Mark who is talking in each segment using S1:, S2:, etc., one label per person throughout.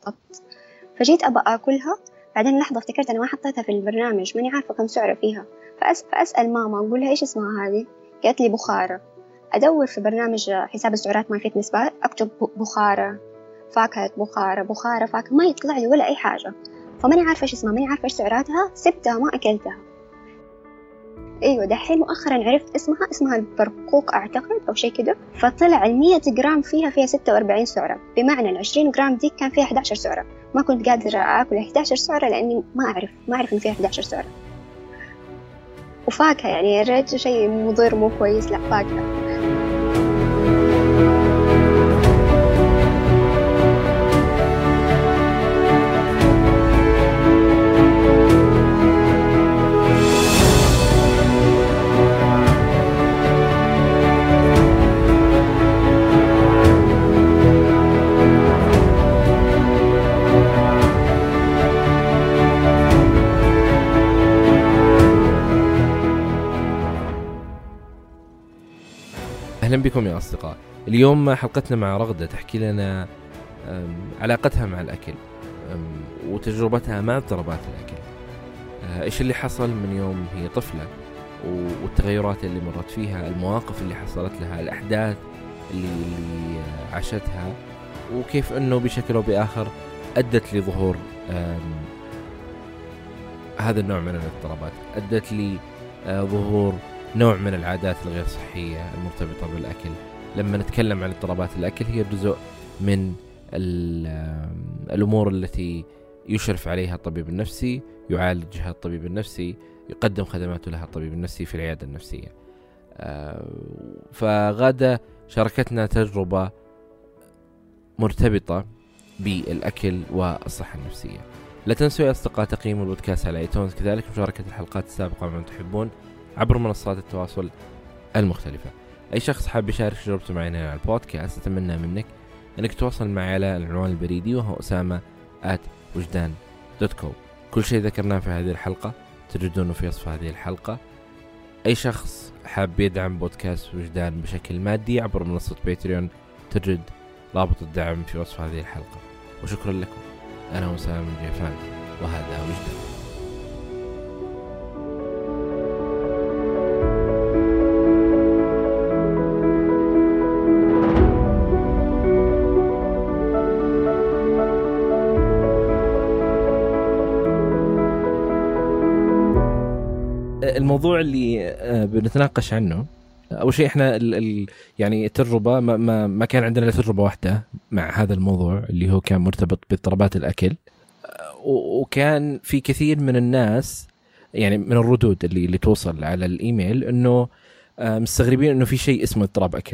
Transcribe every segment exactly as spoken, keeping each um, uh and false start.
S1: بالضبط. فجيت أبى أكلها، بعدين لحظة افتكرت أنا ما حطيتها في البرنامج، ماني عارفة كم سعرة فيها. فأس... فأسأل ماما أقول لها إيش اسمها هذه؟ قالت لي بخارة. أدور في برنامج حساب السعرات ماي فيتنس بار، أكتب بخارة فاكهة، بخارة بخارة فاكهة، ما يطلع لي ولا أي حاجة. فماني عارفة إيش اسمها، ماني عارفة إيش سعراتها، سبتها ما أكلتها. أيوة دحين مؤخرا عرفت اسمها، اسمها البرقوق أعتقد أو شيء كده. فطلع المية جرام فيها فيها ستة وأربعين سعرة، بمعنى العشرين جرام دي كان فيها أحد عشر سعرة. ما كنت قادرة أكل أحد عشر سعرة لأني ما أعرف ما أعرف إن فيها أحد عشر سعرة. وفاكهة يعني ريت شيء مضر مو كويس، لا فاكهة.
S2: أهلا بكم يا أصدقاء. اليوم حلقتنا مع رغدة تحكي لنا علاقتها مع الأكل وتجربتها مع اضطرابات الأكل، إيش اللي حصل من يوم هي طفلة والتغيرات اللي مرت فيها، المواقف اللي حصلت لها، الأحداث اللي, اللي عاشتها، وكيف أنه بشكل أو بآخر أدت لظهور هذا النوع من الاضطرابات، أدت لظهور نوع من العادات الغير صحية المرتبطة بالأكل. لما نتكلم عن اضطرابات الأكل هي جزء من الأمور التي يشرف عليها الطبيب النفسي، يعالجها الطبيب النفسي، يقدم خدماته لها الطبيب النفسي في العيادة النفسية. فغادة شاركتنا تجربة مرتبطة بالأكل والصحة النفسية. لا تنسوا يا أصدقاء تقييم البودكاست على ايتونز، كذلك مشاركة الحلقات السابقة مع من تحبون عبر منصات التواصل المختلفة. أي شخص حاب يشارك تجربته معنا على البودكاست أتمنى منك أنك تتواصل معي على العنوان البريدي وهو أسامة آت وجدان دوت كوم. كل شيء ذكرناه في هذه الحلقة تجدونه في وصف هذه الحلقة. أي شخص حاب يدعم بودكاست وجدان بشكل مادي عبر منصة باتريون تجد رابط الدعم في وصف هذه الحلقة. وشكرا لكم. أنا أسامة من جيفان وهذا وجدان. الموضوع اللي بنتناقش عنه أول شيء إحنا ال ال يعني التجربة ما, ما, ما كان عندنا تجربة واحدة مع هذا الموضوع اللي هو كان مرتبط باضطرابات الأكل، وكان في كثير من الناس يعني من الردود اللي اللي توصل على الإيميل إنه مستغربين إنه في شيء اسمه اضطراب أكل،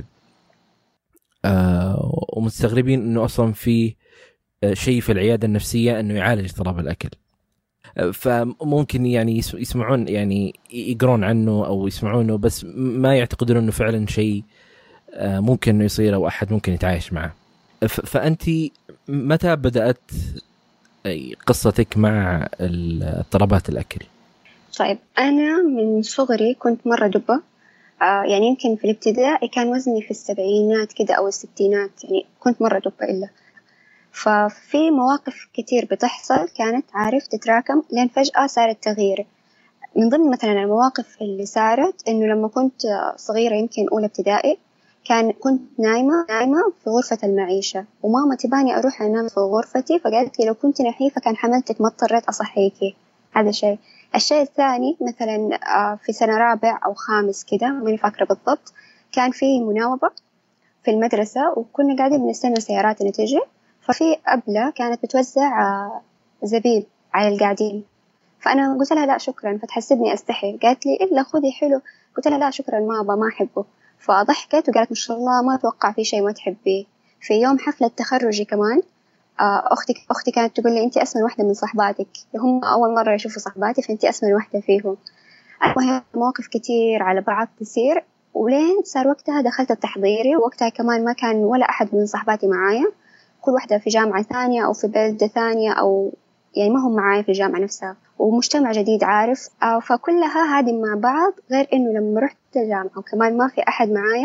S2: ومستغربين إنه أصلا في شيء في العيادة النفسية إنه يعالج اضطراب الأكل. فممكن يعني يسمعون يعني يقرون عنه أو يسمعونه بس ما يعتقدون أنه فعلا شيء ممكن أنه يصير أو أحد ممكن يتعايش معه. فأنت متى بدأت قصتك مع اضطرابات الأكل؟
S1: طيب أنا من صغري كنت مرة دبة، آه يعني يمكن في الابتدائي كان وزني في السبعينات كده أو الستينات، يعني كنت مرة دبة إلا. ففي مواقف كتير بتحصل كانت عارف تتراكم لين فجأة صارت تغيير. من ضمن مثلا المواقف اللي صارت إنه لما كنت صغيرة يمكن أولى ابتدائي كان كنت نايمة نايمة في غرفة المعيشة، وماما تباني أروح أنام في غرفتي، فقالت لي لو كنت نحيفة كان حملتك ما اضطريت أصحيكي. هذا شيء. الشيء الثاني مثلا في سنة رابع أو خامس كده ماني فاكرة بالضبط، كان في مناوبة في المدرسة وكنا قاعدين بنستنى سياراتنا تجي، ففي أبلة كانت بتوزع زبيب على القاعدين، فأنا قلت لها لا شكرا، فتحسبني أستحي، قالت لي إلا خذي حلو، قلت لها لا شكرا ما أبغى ما أحبه، فضحكت وقالت ما شاء الله ما أتوقع في شيء ما تحبيه. في يوم حفلة تخرجي كمان أختي أختي كانت تقول لي أنت أسمن واحدة من صحباتك، هم أول مرة يشوفوا صحباتي فأنت أسمن واحدة فيهم. المهم مواقف كتير على بعض تصير، ولين صار وقتها دخلت التحضيري، ووقتها كمان ما كان ولا أحد من صحباتي معايا، كل واحدة في جامعة ثانية أو في بلدة ثانية أو يعني ما هم معايا في الجامعة نفسها، ومجتمع جديد عارف، فكلها هذه مع بعض، غير إنه لما رحت الجامعة وكمان ما في أحد معايا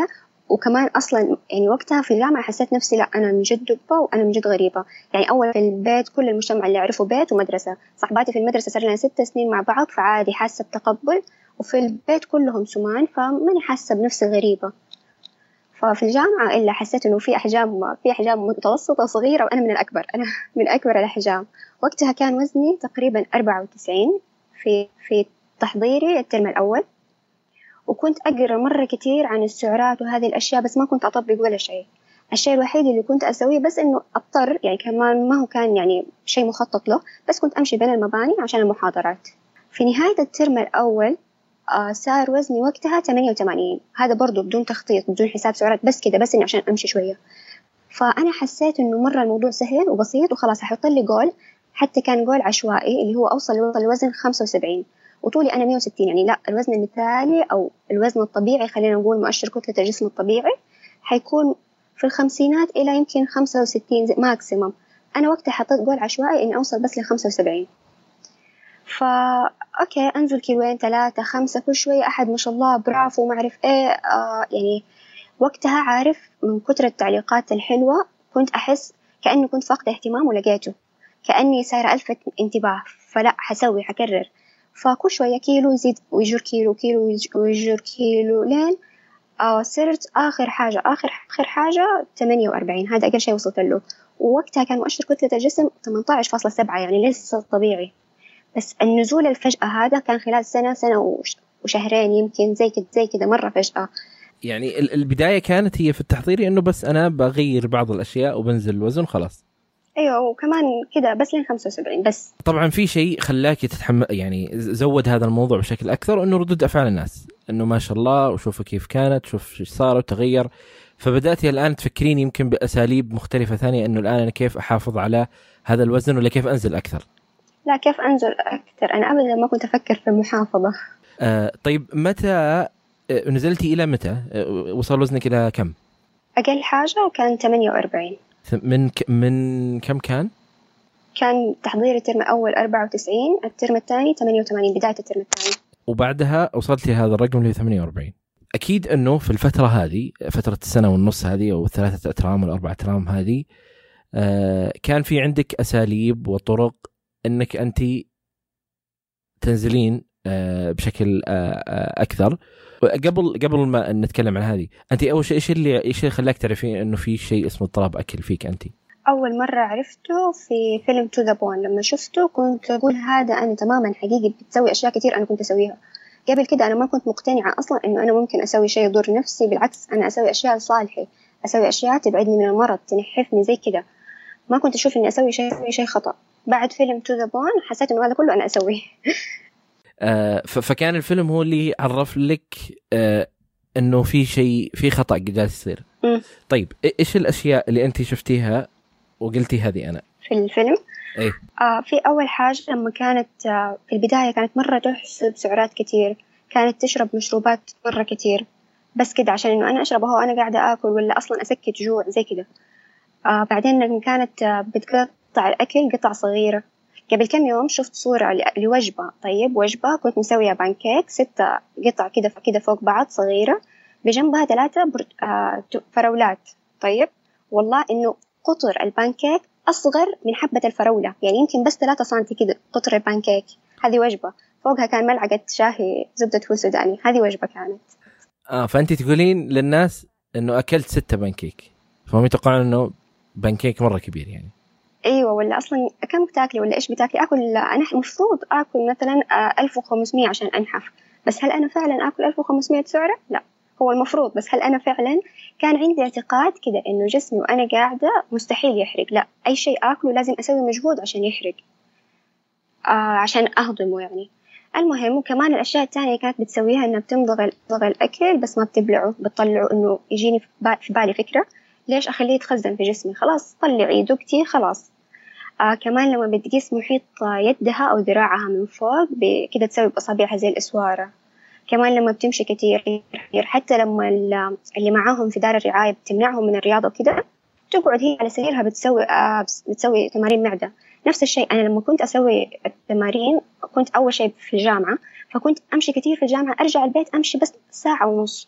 S1: وكمان أصلا يعني وقتها في الجامعة حسيت نفسي لا أنا من جد دبة وأنا من جد غريبة. يعني أول في البيت كل المجتمع اللي أعرفه بيت ومدرسة، صحباتي في المدرسة صار لنا ست سنين مع بعض فعادي حاسة بتقبل، وفي البيت كلهم سمان فماني حاسة بنفسي غريبة. ففي الجامعة إلا حسيت إنه في أحجام في أحجام متوسطة صغيرة وأنا من الأكبر، أنا من أكبر الأحجام. وقتها كان وزني تقريبا أربعة وتسعين في في تحضيري الترم الأول، وكنت أقرأ مرة كتير عن السعرات وهذه الأشياء بس ما كنت أطبق ولا شيء. الشيء الوحيد اللي كنت أسويه بس إنه أضطر، يعني كمان ما هو كان يعني شيء مخطط له، بس كنت أمشي بين المباني عشان المحاضرات. في نهاية الترم الأول آه صار وزني وقتها ثمانية وثمانين، هذا برضو بدون تخطيط بدون حساب سعرات، بس كده بس إني عشان أمشي شوية. فأنا حسيت إنه مرة الموضوع سهل وبسيط وخلاص هحط لي جول، حتى كان جول عشوائي اللي هو أوصل لوزن خمسة وسبعين وطولي أنا مية وستين، يعني لا الوزن المثالي أو الوزن الطبيعي خلينا نقول مؤشر كتلة الجسم الطبيعي حيكون في الخمسينات إلى يمكن خمسة وستين ماكسيمم. أنا وقتها حطيت جول عشوائي إني أوصل بس لخمسة وسبعين. فا أوكي أنزل كيلوين ثلاثة خمسة كل شوية أحد ما شاء الله برافو ما أعرف إيه آه يعني وقتها عارف من كتر التعليقات الحلوة كنت أحس كأني كنت فاقدة اهتمام ولقيته، كأني صايرة ألفت انتباه، فلا حسوي حكرر. فكل شوية كيلو يزيد ويجر كيلو كيلو ويجر كيلو لين آه صرت آخر حاجة آخر آخر حاجة ثمانية وأربعين، هذا أقل شيء وصلت له. ووقتها كان مؤشر كتلة الجسم ثمانية عشر فاصلة سبعة، يعني لسه طبيعي. بس النزول الفجأة هذا كان خلال سنة سنة وشهرين يمكن زي كده زي كده مرة فجأة.
S2: يعني البداية كانت هي في التحضيري إنه بس أنا بغير بعض الأشياء وبنزل الوزن خلاص.
S1: أيوة وكمان كده بس لين خمسة وسبعين بس.
S2: طبعا في شيء خلاك تتحمل يعني زود هذا الموضوع بشكل أكثر، إنه ردود أفعال الناس إنه ما شاء الله وشوف كيف كانت شوف إيش صار وتغير. فبدأتي الآن تفكرين يمكن بأساليب مختلفة ثانية إنه الآن أنا كيف أحافظ على هذا الوزن ولا كيف أنزل أكثر؟
S1: لا كيف أنزل أكثر، أنا أبدا ما كنت أفكر في المحافظة.
S2: آه طيب متى نزلتي إلى متى وصل وزنك إلى كم؟
S1: أقل حاجة وكان ثمانية وأربعين.
S2: من ك... من كم كان؟
S1: كان تحضير الترم الأول أربعة وتسعين، الترم الثاني ثمانية وثمانين بداية الترم الثاني. وبعدها
S2: وصلت لهذا الرقم اللي ثمانية وأربعين. أكيد أنه في الفترة هذه فترة السنة والنص هذه أو الثلاثة أترام والأربعة أترام هذه آه كان في عندك أساليب وطرق أنك أنت تنزلين آه بشكل آه أكثر. قبل قبل ما نتكلم عن هذه، أنت أول شيء إيش اللي إيش اللي خلاك تعرفين إنه في شيء اسمه اضطراب أكل فيك أنت؟
S1: أول مرة عرفته في فيلم تو ذا بون، لما شفته كنت أقول هذا أنا تماما حقيقي بتسوي أشياء كتير أنا كنت أسويها قبل كده. أنا ما كنت مقتنعة أصلا إنه أنا ممكن أسوي شيء يضر نفسي، بالعكس أنا أسوي أشياء صالحة، أسوي أشياء تبعدني من المرض تنحفني زي كده. ما كنت أشوف إني أسوي شيء أسوي شيء خطأ. بعد فيلم تو ذا بون حسيت إنه هذا كله أنا أسويه.
S2: آه فكان الفيلم هو اللي عرف لك آه إنه في شيء في خطأ جالس يصير. طيب إيش الأشياء اللي أنت شفتيها وقلتي هذه أنا
S1: في الفيلم؟
S2: إيه؟
S1: آه في أول حاجة لما كانت آه في البداية كانت مرة تحسب سعرات كتير، كانت تشرب مشروبات مرة كتير بس كده عشان إنه أنا أشربها وأنا قاعدة آكل ولا أصلا أسكت جوع زي كده. آه بعدين لما كانت آه بتقطع الأكل قطع صغيرة. قبل كم يوم شفت صورة لوجبة، طيب وجبة كنت مسوية بانكيك ستة قطع كده كده فوق بعض صغيرة بجنبها ثلاثة برت... آه فراولات. طيب والله إنه قطر البانكيك أصغر من حبة الفراولة، يعني يمكن بس ثلاثة سنتي كده قطر البانكيك. هذه وجبة، فوقها كان ملعقة شاهي زبدة فول سوداني، هذه وجبة كانت.
S2: آه فأنت تقولين للناس إنه أكلت ستة بانكيك فهم يتوقعون إنه بانكيك مرة كبير يعني.
S1: أيوة ولا أصلا كم بتاكلي ولا إيش بتاكلي؟ أكل أنا مفروض أكل مثلا ألف وخمسمية عشان أنحف، بس هل أنا فعلا أكل ألف وخمسمية سعرة؟ لا هو المفروض، بس هل أنا فعلا كان عندي اعتقاد كده إنه جسمي وأنا قاعدة مستحيل يحرق، لا أي شيء أكله لازم أسوي مجهود عشان يحرق آه عشان أهضمه يعني. المهم وكمان الأشياء التانية كانت بتسويها إنها بتمضغ الأكل بس ما بتبلعه، بتطلعه. إنه يجيني في بالي فكرة ليش أخليه يتخزن في جسمي، خلاص طلعي دكتي خلاص. آه كمان لما بتقيس محيط يدها أو ذراعها من فوق كده تسوي بأصابعها زي الإسوارة. كمان لما بتمشي كتير، حتى لما اللي معاهم في دار الرعاية بتمنعهم من الرياضة وكده تقعد هي على سريرها بتسوي آه بتسوي تمارين معدة. نفس الشيء أنا لما كنت أسوي التمارين كنت أول شيء في الجامعة، فكنت أمشي كتير في الجامعة، أرجع البيت أمشي بس ساعة ونص،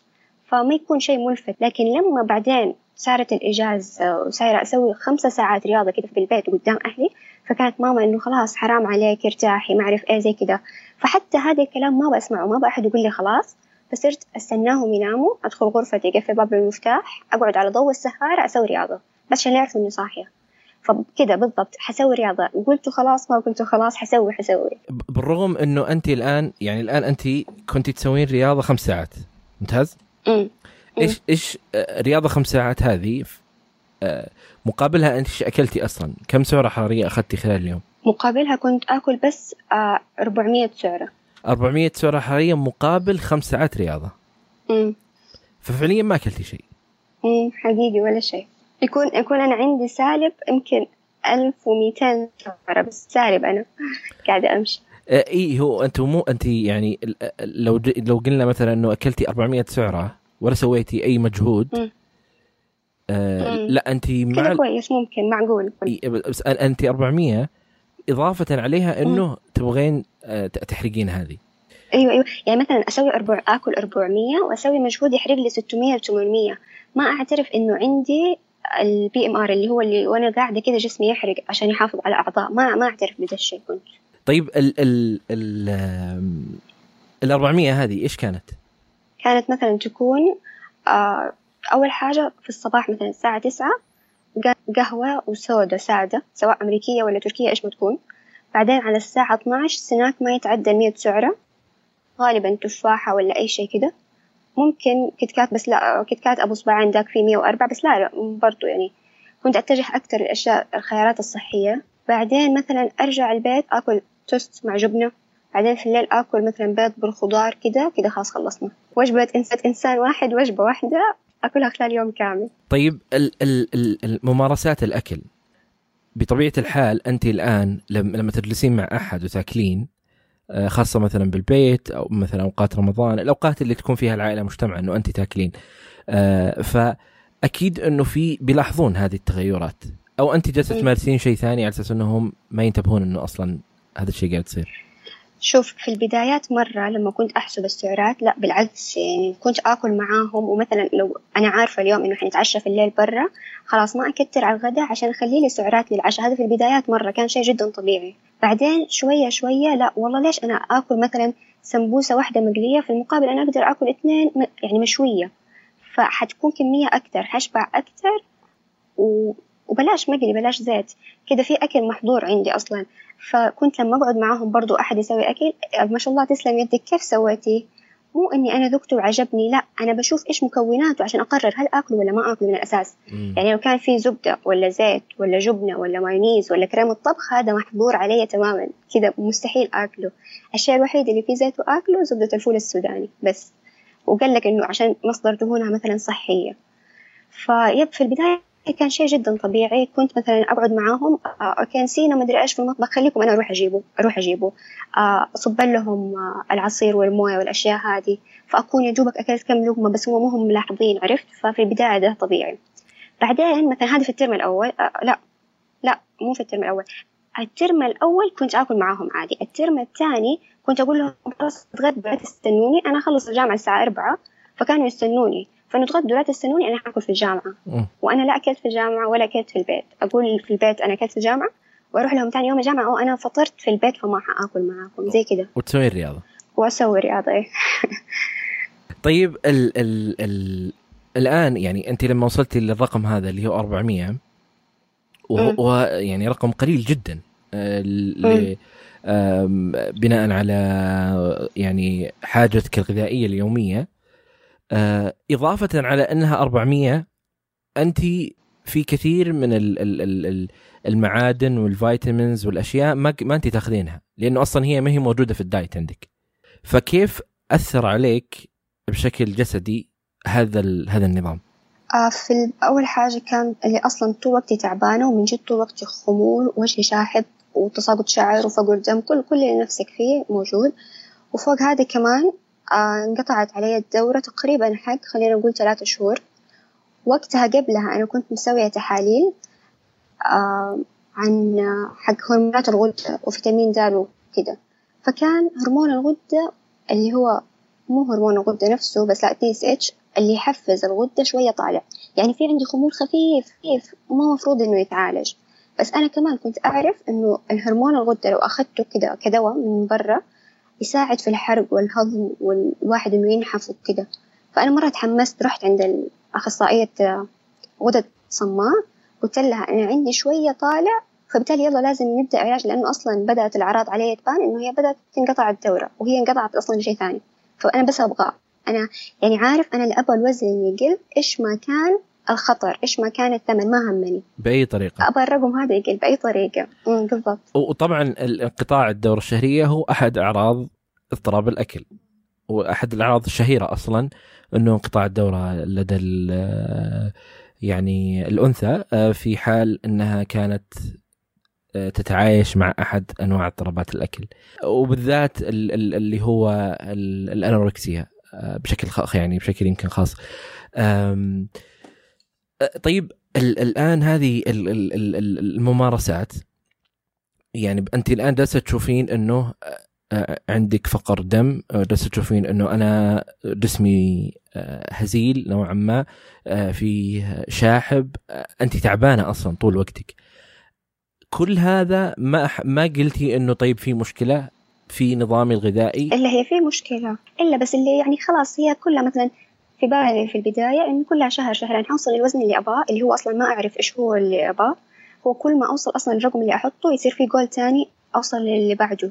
S1: فما يكون شيء ملفت. لكن لما بعدين صارت الإجازة وصايرة أسوي خمسة ساعات رياضة كده في البيت قدام أهلي، فكانت ماما إنه خلاص حرام عليك ارتاحي ما أعرف إيه زي كده. فحتى هذا الكلام ما بسمعه، ما بأحد يقول لي خلاص. فصرت أستناهم يناموا، أدخل غرفتي أقفل باب المفتاح، أقعد على ضوء السهارة أسوي رياضة بس عشان يعرفوا إني صاحية. فكده بالضبط حسوي رياضة، قلت خلاص ما قلت خلاص حسوي حسوي.
S2: بالرغم إنه أنت الآن يعني الآن أنت كنت تسوين رياضة خمس ساعات، ممتاز.
S1: امم
S2: إيش إيش رياضة خمس ساعات هذه مقابلها أنت إيش أكلتي أصلا؟ كم سعرة حرارية أخذتي خلال اليوم؟
S1: مقابلها كنت أكل بس أربعمية سعرة.
S2: أربعمية سعرة حرارية مقابل خمس ساعات رياضة.
S1: امم
S2: ففعليا ما أكلتي شيء.
S1: امم حقيقي ولا شيء. يكون يكون أنا عندي سالب يمكن ألف ومئتين سعرة بس سالب أنا قاعدة أمشي.
S2: إيه هو أنت مو أنت يعني لو لو قلنا مثلا إنه أكلتي أربعمية سعرة ولا سويتي أي مجهود. آه لا أنت
S1: مع كويس ممكن معقول.
S2: بس أنت أربعمية إضافة عليها إنه مم. تبغين آه تحرقين هذه.
S1: أيوة أيوة يعني مثلا أسوي أربع أكل أربعمية وأسوي مجهود يحرق لي ستمية وثمانمية. ما أعترف إنه عندي البي إم آر اللي هو اللي وأنا قاعدة كده جسمي يحرق عشان يحافظ على أعضاء. ما ما أعترف بهذا الشيء كنت.
S2: طيب ال ال ال الأربعمية هذه إيش كانت؟
S1: كانت مثلا تكون آه أول حاجة في الصباح مثلا الساعة تسعة قهوة وسودة سادة سواء أمريكية ولا تركية إيش ما تكون. بعدين على الساعة اثناشر سناك ما يتعدى مية سعرة، غالبا تفاحة ولا أي شيء كده. ممكن كتكات بس لا كتكات أبو صباعين داك فيه مية وأربعة بس لا, لا برضو يعني كنت أتجه أكتر الأشياء الخيارات الصحية. بعدين مثلا أرجع البيت أكل توست مع جبنة. بعدين في الليل أكل مثلا بيض بالخضار كده كده خلاص خلصنا وجبة إنسان إنسان واحد وجبة واحدة أكلها خلال يوم كامل.
S2: طيب ال ال الممارسات الأكل بطبيعة الحال أنت الآن لما تجلسين مع أحد وتاكلين خاصة مثلا بالبيت أو مثلا أوقات رمضان الأوقات اللي تكون فيها العائلة مجتمعة أنه أنت تاكلين فأكيد أنه في بيلاحظون هذه التغيرات أو أنت جالسة تمارسين شيء ثاني على أساس أنهم ما ينتبهون أنه أصلا هذا الشيء قاعد يصير.
S1: شوف في البدايات مرة لما كنت أحسب السعرات لا بالعكس يعني كنت آكل معاهم. ومثلا لو أنا عارفة اليوم إنه حنتعشى في الليل برا خلاص ما أكتر على الغداء عشان أخلي لي سعرات للعشاء. هذا في البدايات مرة كان شيء جدا طبيعي. بعدين شوية شوية لا والله ليش أنا آكل مثلا سمبوسة واحدة مقلية في المقابل أنا أقدر آكل اثنين يعني مشوية فحتكون كمية أكتر حشبع أكتر و... وبلاش مقلي بلاش زيت كده في أكل محضور عندي أصلا. فكنت لما أقعد معاهم برضو أحد يسوي أكل ما شاء الله تسلم يدك كيف سويتي. مو إني أنا ذقته وعجبني لا أنا بشوف إيش مكوناته عشان أقرر هل أكله ولا ما أكله من الأساس. مم. يعني لو كان فيه زبدة ولا زيت ولا جبنة ولا مايونيز ولا كريمة طبخ هذا محظور علي تماما كده مستحيل أكله. الشيء الوحيد اللي فيه زيت وأكله زبدة الفول السوداني بس. وقال لك إنه عشان مصدر دهونها مثلا صحية. فيب في البداية كان شيء جدا طبيعي. كنت مثلا أقعد معاهم كان سينا ما أدري إيش في المطبخ خليكم أنا أروح أجيبه أروح أجيبه أصب لهم العصير والموية والأشياء هذه. فأكون يجوبك أكلت كم لقمة بس هم مو هم ملاحظين عرفت. ففي البداية ده طبيعي. بعدين مثلا هذا في الترم الأول لا لا مو في الترم الأول. الترم الأول كنت أكل معاهم عادي. الترم الثاني كنت أقول لهم خلاص تغدوا لا تستنوني أنا أخلص الجامعة الساعة أربعة فكانوا يستنوني فنتغدوا لا تستنوني أنا أكل في الجامعة. م. وأنا لا أكلت في الجامعة ولا أكلت في البيت. أقول في البيت أنا أكلت في الجامعة وأروح لهم ثاني يوم الجامعة أو أنا فطرت في البيت فما حأكل معاكم زي كده.
S2: وتسوي الرياضة.
S1: وأسوي رياضة إيه.
S2: طيب ال ال ال الآن يعني أنت لما وصلتي للرقم هذا اللي هو أربعمية وهو يعني رقم قليل جدا ل بناء على يعني حاجتك الغذائية اليومية. آه، إضافة على أنها أربعمية أنت في كثير من المعادن والفيتامينز والأشياء ما ما أنت تأخذينها لأنه أصلا هي ما هي موجودة في الدايت عندك. فكيف أثر عليك بشكل جسدي هذا هذا النظام؟
S1: آه في أول حاجة كان اللي أصلا طول وقتي تعبانة ومن جد طول وقتي خمول ووجهي شاحب وتساقط شعر وفقر دم كل كل اللي نفسك فيه موجود. وفوق هذا كمان آه انقطعت علي الدورة تقريبا حق خلينا نقول ثلاثة شهور. وقتها قبلها أنا كنت مسوية تحاليل آه عن حق هرمونات الغدة وفيتامين د وكده. فكان هرمون الغدة اللي هو مو هرمون الغدة نفسه بس لا تي اس اتش اللي يحفز الغدة شوية طالع، يعني في عندي خمول خفيف خفيف وما مفروض إنه يتعالج. بس أنا كمان كنت أعرف إنه الهرمون الغدة لو أخذته كده كدواء من برا يساعد في الحرق والهضم والواحد إنه ينحف وكده. فأنا مرة تحمست، رحت عند الأخصائية غدد صماء، قلت لها أنا عندي شوية طالع، فبالتالي يلا لازم نبدأ علاج، لأنه أصلا بدأت الأعراض علي تبان إنه هي بدأت تنقطع الدورة، وهي انقطعت أصلا لشيء ثاني. فأنا بس أبغى أنا يعني عارف أنا اللي أبغى الوزن يقل، إيش ما كان الخطر، إيش ما كان الثمن، ما همني
S2: بأي طريقة،
S1: أبغى الرقم هذا يقل بأي طريقة. بالضبط.
S2: وطبعا انقطاع الدورة الشهرية هو أحد أعراض اضطراب الأكل، وأحد الأعراض الشهيرة أصلا إنه انقطاع الدورة لدى يعني الأنثى في حال أنها كانت تتعايش مع أحد أنواع اضطرابات الأكل، وبالذات اللي هو الأنوركسيا بشكل خاص، يعني بشكل يمكن خاص. طيب الآن هذه الممارسات، يعني أنت الآن جالسة تشوفين أنه عندك فقر دم، جالسة تشوفين أنه أنا جسمي هزيل نوعا ما، في شاحب، أنت تعبانة أصلا طول وقتك. كل هذا ما ما قلتي إنه طيب في مشكلة في نظامي الغذائي؟
S1: إلا هي في مشكلة، إلا بس اللي يعني خلاص هي كلها مثلا في بالي في البداية إنه كلها شهر شهرين حوصل الوزن اللي أبغاه، اللي هو أصلا ما أعرف إيش هو اللي أبغاه. هو كل ما أوصل أصلا الرقم اللي أحطه يصير في جول تاني أوصل للي بعده.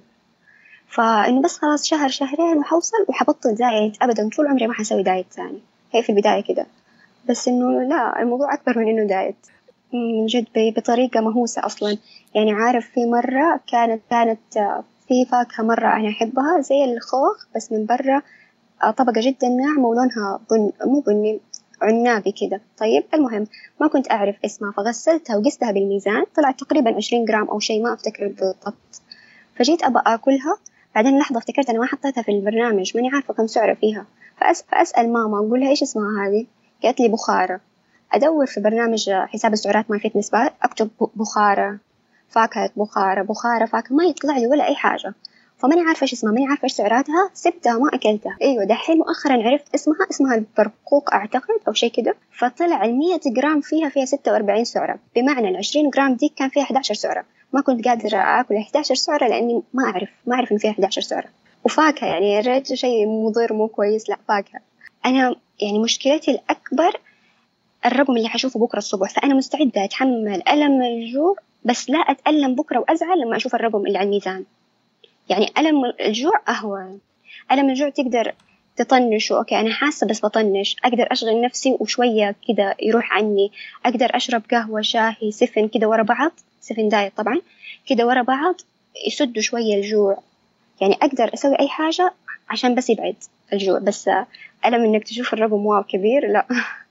S1: فإنه بس خلاص شهر شهرين وحوصل وحبطل دايت، أبدا طول عمري ما حسوي دايت ثاني. هي في البداية كده، بس إنه لا، الموضوع أكبر من إنه دايت من جد، بطريقة مهوسة أصلا. يعني عارف في مرة كانت كانت في فاكهة مرة أنا أحبها زي الخوخ، بس من برا طبقة جدا ناعمة ولونها بن مو بني عنابي كده. طيب المهم ما كنت أعرف اسمها، فغسلتها وقستها بالميزان، طلعت تقريبا عشرين جرام أو شيء، ما أفتكر بالضبط. فجيت أبغى أكلها، بعدين لحظة افتكرت أنا ما حطيتها في البرنامج، ماني عارفة كم سعرة فيها. فأس فأسأل ماما أقول لها إيش اسمها هذه، قالت لي بخارة. أدور في برنامج حساب السعرات ما فيتنس بار، أكتب بخارة فاكهة بخارة بخارة فاكهة، ما يطلع لي ولا أي حاجة. فماني عارفة إيش اسمها، ماني عارفة إيش سعراتها، سبتها ما أكلتها. أيوة دحين مؤخرا عرفت اسمها، اسمها البرقوق أعتقد أو شيء كده. فطلع المية جرام فيها فيها ستة وأربعين سعرة، بمعنى العشرين جرام دي كان فيها إحدى عشر سعرة. ما كنت قادرة أكل إحدى عشر سعرة لأني ما أعرف ما أعرف إن فيها إحدى عشر سعرة. وفاكهة يعني رأيت شيء مضر مو كويس، لا فاكهة. أنا يعني مشكلتي الأكبر الرقم اللي حشوفه بكرة الصبح، فأنا مستعدة أتحمل ألم الجوع، بس لا أتألم بكرة وأزعل لما أشوف الرقم اللي على الميزان. يعني ألم الجوع أهون. ألم الجوع تقدر تطنش، أوكي أنا حاسة بس بطنش، أقدر أشغل نفسي وشوية كده يروح عني. أقدر أشرب قهوة شاهي سفن كده ورا بعض، سفن دايت طبعا، كده ورا بعض يسدوا شوية الجوع. يعني أقدر أسوي أي حاجة عشان بس يبعد الجوع، بس ألم إنك تشوف الرقم واو كبير لا.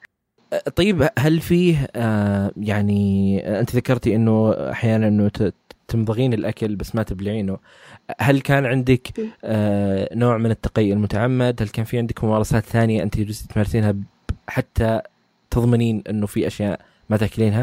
S2: طيب هل فيه آه يعني أنت ذكرتي إنه أحيانا إنه تمضغين الأكل بس ما تبلعينه، هل كان عندك آه نوع من التقي المتعمد؟ هل كان في عندك ممارسات ثانية أنت جلستي تمارسينها حتى تضمنين إنه في أشياء ما تأكلينها؟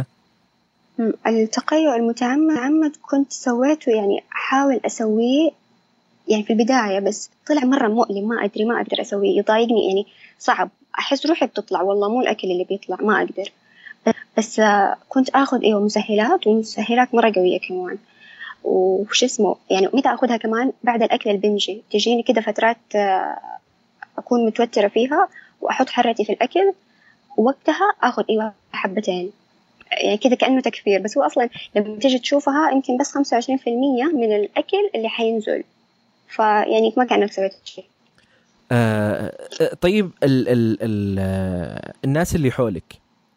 S1: التقي المتعمد كنت سويته، يعني أحاول أسويه يعني في البداية، بس طلع مرة مؤلم، ما أدري ما أقدر أسويه، يضايقني يعني صعب، أحس روحي بتطلع والله مو الأكل اللي بيطلع، ما أقدر. بس كنت أخذ إيوه مسهلات، ومسهلات مرة قوية كمان. وش اسمه يعني متى أخذها كمان بعد الأكل البنجي، تجيني كده فترات أكون متوترة فيها وأحط حرتي في الأكل، ووقتها أخذ إيوه حبتين، يعني كده كأنه تكفير. بس هو أصلا لما تيجي تشوفها يمكن بس خمسة وعشرين في المية من الأكل اللي حينزل، فيعني ما كأنك سويت شيء.
S2: آه طيب ال ال ال الناس اللي حولك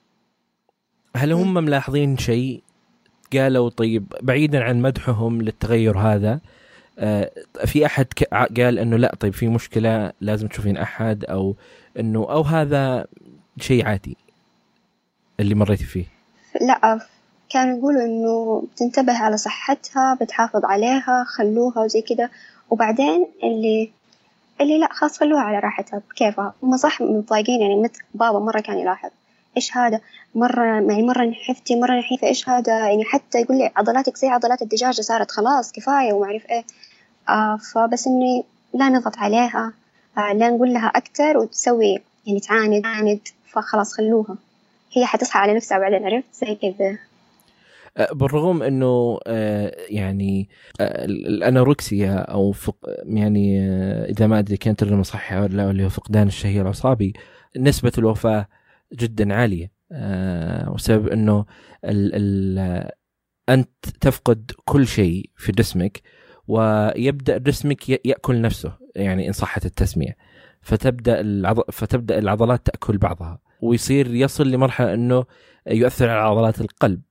S2: هل هم ملاحظين شيء؟ قالوا طيب بعيدا عن مدحهم للتغير هذا، آه في أحد قال إنه لا طيب في مشكلة لازم تشوفين أحد، أو إنه أو هذا شيء عادي اللي مريتي فيه؟
S1: لا، كانوا يقولوا إنه بتنتبه على صحتها، بتحافظ عليها، خلوها وزي كده. وبعدين اللي اللي لا خلاص خلوها على راحتها بكيفها. هم صح متضايقين، يعني مثل بابا مرة كان يلاحظ إيش هذا، مرة يعني مرة نحفتي مرة نحيفة، إيش هذا، يعني حتى يقول لي عضلاتك زي عضلات الدجاجة صارت خلاص كفاية وما أعرف إيه. آه فبس إني لا نضغط عليها، آه لا نقول لها أكتر وتسوي يعني تعاند تعاند، فخلاص خلوها هي حتصحى على نفسها بعدين، عرفت زي كذا.
S2: بالرغم انه يعني الانوركسيا او فق يعني اذا ما ادري كانت الكلمه صحيحه ولا لا، اللي هو فقدان الشهيه العصابي، نسبه الوفاه جدا عاليه، وسبب انه ال ال انت تفقد كل شيء في جسمك، ويبدا جسمك ياكل نفسه، يعني ان صحت التسميه، فتبدا العض... فتبدا العضلات تاكل بعضها، ويصير يصل لمرحله انه يؤثر على عضلات القلب.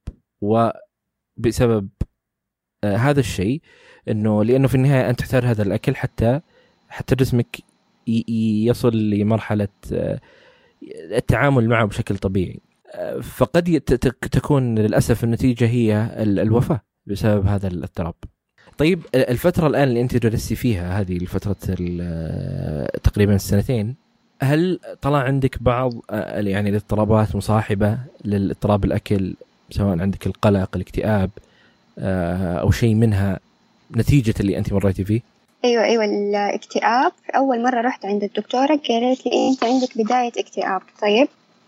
S2: وبسبب آه هذا الشيء، انه لانه في النهايه انت تحتاج هذا الاكل حتى حتى جسمك يصل لمرحله آه التعامل معه بشكل طبيعي. آه فقد تكون للاسف النتيجه هي الوفاه بسبب هذا الاضطراب. طيب الفتره الان اللي انت جلستي فيها، هذه الفتره تقريبا السنتين، هل طلع عندك بعض يعني الاضطرابات مصاحبه للاضطراب الاكل، سواء عندك القلق، الاكتئاب، أو شيء منها نتيجة اللي أنت مريتي فيه؟
S1: أيوة أيوة الاكتئاب. أول مرة رحت عند الدكتورة قالت لي أنت عندك بداية اكتئاب. طيب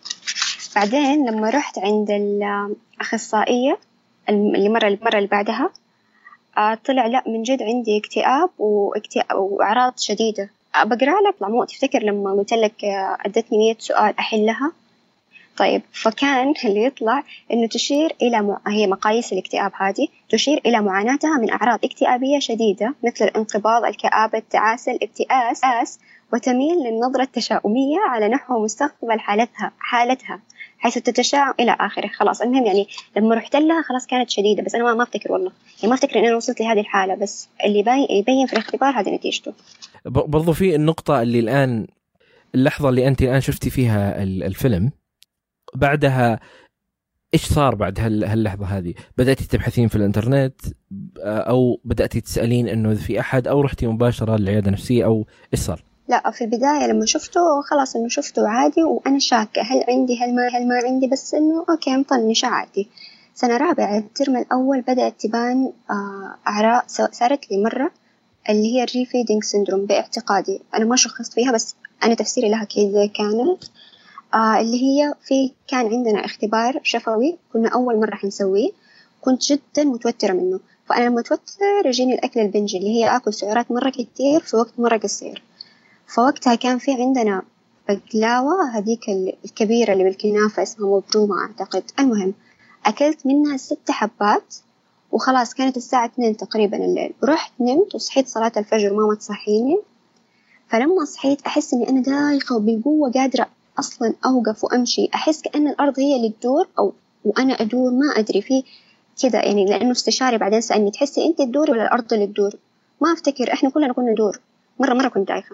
S1: بعدين لما رحت عند الأخصائية اللي مرة المرة اللي بعدها طلع لا من جد عندي اكتئاب واكتئاب وأعراض شديدة. بقرأ لك طلع مو تفتكر لما قلت لك أدتني مية سؤال أحلها. طيب فكان اللي يطلع إنه تشير إلى م... هي مقاييس الاكتئاب هذه تشير إلى معاناتها من أعراض اكتئابية شديدة مثل الانقباض، الكآبة، التعاسة، الابتئاس، وتميل للنظرة التشاؤمية على نحو مستقبل حالتها حالتها حيث تتشاءم إلى آخره. خلاص المهم يعني لما رحت لها خلاص كانت شديدة، بس أنا ما ما أفتكر والله، يعني ما أفتكر إن أنا وصلت لهذه الحالة، بس اللي باين يبين في الاختبار هذه نتيجته.
S2: برضو في النقطة اللي الآن اللحظة اللي أنت الآن شفتي فيها الفيلم، بعدها إيش صار بعد هاللحظة هذه؟ بدأتي تبحثين في الإنترنت أو بدأتي تسألين إنه في أحد، أو رحتي مباشرة للعيادة النفسية، أو إيش صار؟
S1: لا في البداية لما شفته خلاص إنه شفته عادي وأنا شاكة هل عندي هل ما هل ما عندي، بس إنه أوكي مطنش عادي. سنة رابعة الترم الأول بدأت تبان أعراض صارت لي مرة اللي هي الري فيدينج سيندروم باعتقادي، أنا ما شخصت فيها بس أنا تفسيري لها كذا كانت آه اللي هي في كان عندنا اختبار شفوي كنا أول مرة حنسويه، كنت جدا متوترة منه، فأنا لما توتر يجيني الأكل البنجي اللي هي أكل سعرات مرة كتير في وقت مرة قصير. فوقتها كان في عندنا بقلاوة هذيك الكبيرة اللي بالكنافة اسمها مبرومة أعتقد، المهم أكلت منها ست حبات وخلاص كانت الساعة اثنين تقريبا الليل، رحت نمت وصحيت صلاة الفجر ماما تصحيني. فلما صحيت أحس إني أنا دايخة وبالقوة قادرة أصلاً أوقف وأمشي، أحس كأن الأرض هي اللي تدور أو وأنا أدور، ما أدري فيه كذا يعني، لأنه استشاري بعدين سألني تحسي أنت تدوري ولا الأرض اللي تدور؟ ما أفتكر، إحنا كلنا كنا ندور. مرة مرة كنت دايخة.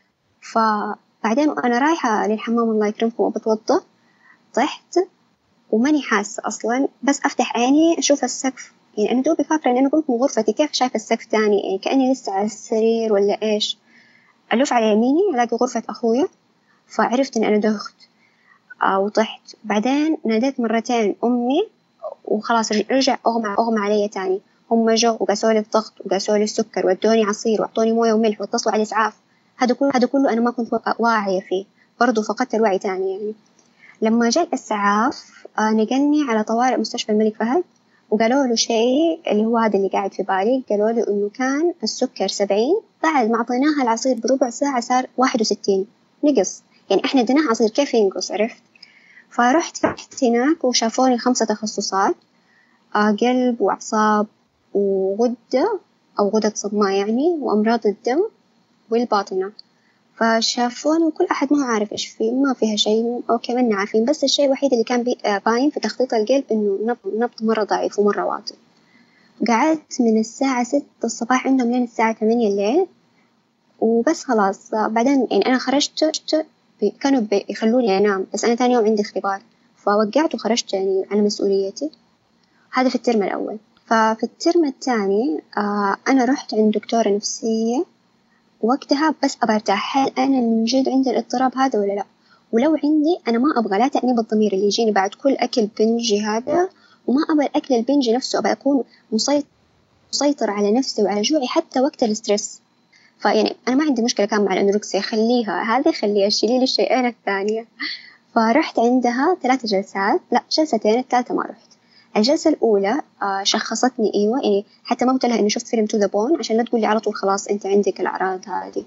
S1: فبعدين وأنا رايحة للحمام الله يكرمكم وبتوضى طحت وماني حاسة أصلاً، بس أفتح عيني أشوف السقف، يعني أنا دوبي فاكرة إن أنا كنت من غرفتي كيف شايفة السقف تاني، يعني كأني لسه على السرير ولا إيش. ألف على يميني ألاقي غرفة أخويا، فعرفت إن أنا دخت أو طحت. بعدين ناديت مرتين أمي وخلاص رجع أغمى أغمى علي تاني. هم جو وقاسوا لي الضغط وقاسوا لي السكر وادوني عصير وأعطوني موية وملح واتصلوا على الإسعاف. هذا كله هذا كله أنا ما كنت واعية فيه، برضو فقدت الوعي تاني يعني. لما جاء الإسعاف نقلني على طوارئ مستشفى الملك فهد، وقالوا له شيء اللي هو هذا اللي قاعد في بالي، قالوا له إنه كان السكر سبعين، بعد ما أعطيناها العصير بربع ساعة صار واحد وستين، نقص يعني إحنا اديناه عصير كيف ينقص، عرفت؟ فرحت رحت هناك وشافوني خمسة تخصصات، قلب وأعصاب وغدة أو غدة صماء يعني، وأمراض الدم والباطنة. فشافوني وكل أحد ما عارف إيش فيه، ما فيها شيء أوكي منا عارفين، بس الشيء الوحيد اللي كان باين في تخطيط القلب إنه نبض نبض مرة ضعيف ومرة واطي. قعدت من الساعة ستة الصباح عندهم لين الساعة ثمانية الليل وبس خلاص. بعدين يعني أنا خرجت، كانوا بيخلوني أنام بس أنا ثاني يوم عندي اختبار، فوقعت وخرجت يعني على مسؤوليتي. هذا في الترم الأول. ففي الترم الثاني آه أنا رحت عند دكتورة نفسية وقتها بس أبغى أرتاح، هل أنا من جد عندي الاضطراب هذا ولا لا؟ ولو عندي أنا ما أبغى لا تأنيب الضمير اللي يجيني بعد كل أكل بنجي هذا، وما أبغى الأكل البنجي نفسه، أبغى أكون مسيطر مسيطر على نفسي وعلى جوعي حتى وقت الاسترس. فيعني أنا ما عندي مشكلة كان مع الأنوركسيا، خليها هذه خليها، شيلي لي الشيئين الثانية. فرحت عندها ثلاث جلسات، لا جلستين، الثالثة ما رحت. الجلسة الأولى آه شخصتني أيوة، يعني حتى ما قلت لها إني شفت فيلم تو ذا بون عشان لا تقول لي على طول خلاص أنت عندك الأعراض هذه،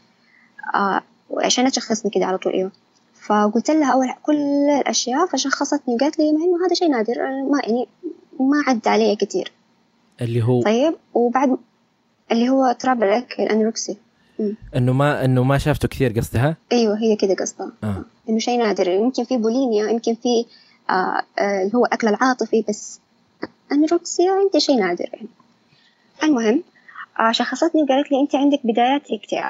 S1: آه عشان لا تشخصني كده على طول. أيوة، فقلت لها أول كل الأشياء، فشخصتني وقالت لي مع إنه هذا شيء نادر، ما يعني ما عد عليه كتير.
S2: اللي هو
S1: طيب، وبعد اللي هو اضطراب الأكل الأنوركسي،
S2: انه ما انه ما شافته كثير قصدها.
S1: ايوه هي كده قصدها،
S2: آه.
S1: انه شيء نادر، يمكن في بوليميا، يمكن في آه آه اللي هو اكل العاطفي، بس انوركسيا انت شيء نادر يعني. المهم آه شخصتني وقالت لي انت عندك بدايات اكتئاب.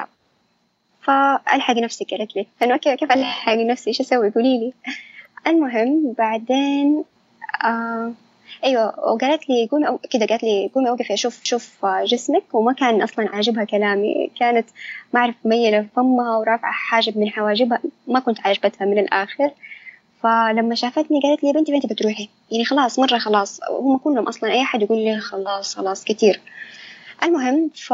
S1: فالحق نفسي، قالت لي انه اوكي كيف الحق نفسي، ايش اسوي قولي لي. المهم بعدين آه ايوه، وقالت لي قومي أو... كده قالت لي قومي اوقفي اشوف شوف جسمك، وما كان اصلا عاجبها كلامي، كانت ما اعرف ميله فمها ورافعه حاجب من حواجبها، ما كنت عاجبتها من الاخر. فلما شافتني قالت لي بنتي بنتي بتروحي، يعني خلاص مره خلاص، هم كلهم اصلا اي احد يقول لي خلاص خلاص كتير. المهم ف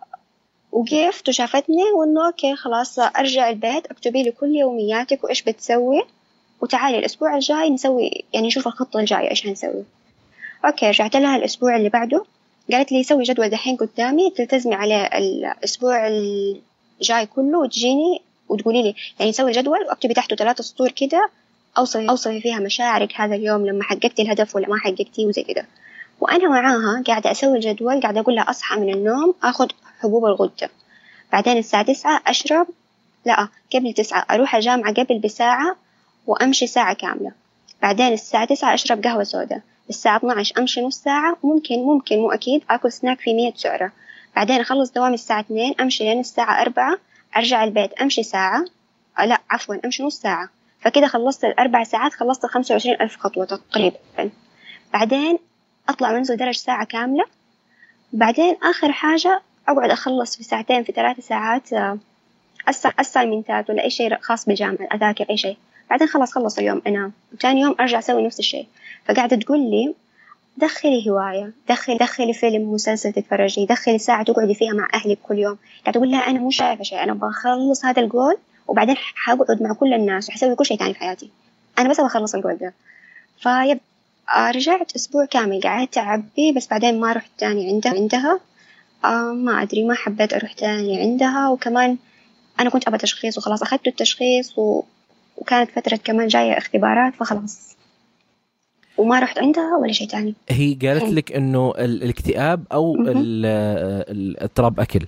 S1: وقفت وشافتني وانه اوكي خلاص ارجع البيت، اكتبي لي كل يومياتك وايش بتسوي، وتعالي الاسبوع الجاي نسوي يعني نشوف الخطه الجايه ايش هنسوي. اوكي رجعت لها الاسبوع اللي بعده، قالت لي سوي جدول دحين قدامي تلتزمي عليه الاسبوع الجاي كله، وتجيني وتقولي لي يعني سوي الجدول واكتبي تحته ثلاثة سطور كده، اوصفي اوصفي فيها مشاعرك هذا اليوم لما حققتي الهدف ولا ما حققتيه وزي كده. وانا معاها قاعده اسوي الجدول، قاعده اقول لها اصحى من النوم اخذ حبوب الغده، بعدين الساعه تسعة اشرب، لا قبل تسعة اروح الجامعه قبل بساعه وامشي ساعه كامله، بعدين الساعه تسعة اشرب قهوه سوداء، الساعة اثنا عشر أمشي نص ساعة، ممكن ممكن مو أكيد أكل سناك في مية سعرة، بعدين أخلص دوامي الساعة اثنين أمشي لين الساعة أربعة، أرجع البيت أمشي ساعة، أه لا عفوا أمشي نص ساعة، فكده خلصت الأربع ساعات، خلصت خمسة وعشرين ألف خطوة تقريبا. بعدين أطلع منزل درج ساعة كاملة، بعدين آخر حاجة أقعد أخلص في ساعتين في ثلاث ساعات أسايمنتات ولا أي شيء خاص بالجامعة، أذاكر أي شيء، بعدين خلص خلص اليوم أنام، ثاني يوم أرجع أسوي نفس الشيء. فقاعدة تقول لي دخلي هواية، دخلي دخلي فيلم مسلسل تتفرجي، دخلي ساعة تقعدي فيها مع أهلك كل يوم. قاعدة أقول لها أنا مو شايفة شيء، أنا بخلص هذا الجول وبعدين حقعد مع كل الناس وحسوي كل شيء تاني في حياتي، أنا بس بخلص الجول ده. فيب رجعت أسبوع كامل قعدت أعبي، بس بعدين ما رحت تاني عندها عندها آه ما أدري، ما حبيت أروح تاني عندها، وكمان أنا كنت أبى تشخيص وخلاص أخذت التشخيص و... وكانت فترة كمان جاية اختبارات، فخلاص وما رحت عندها ولا شيء تاني.
S2: هي قالت حين. لك إنه الاكتئاب أو الاضطراب أكل؟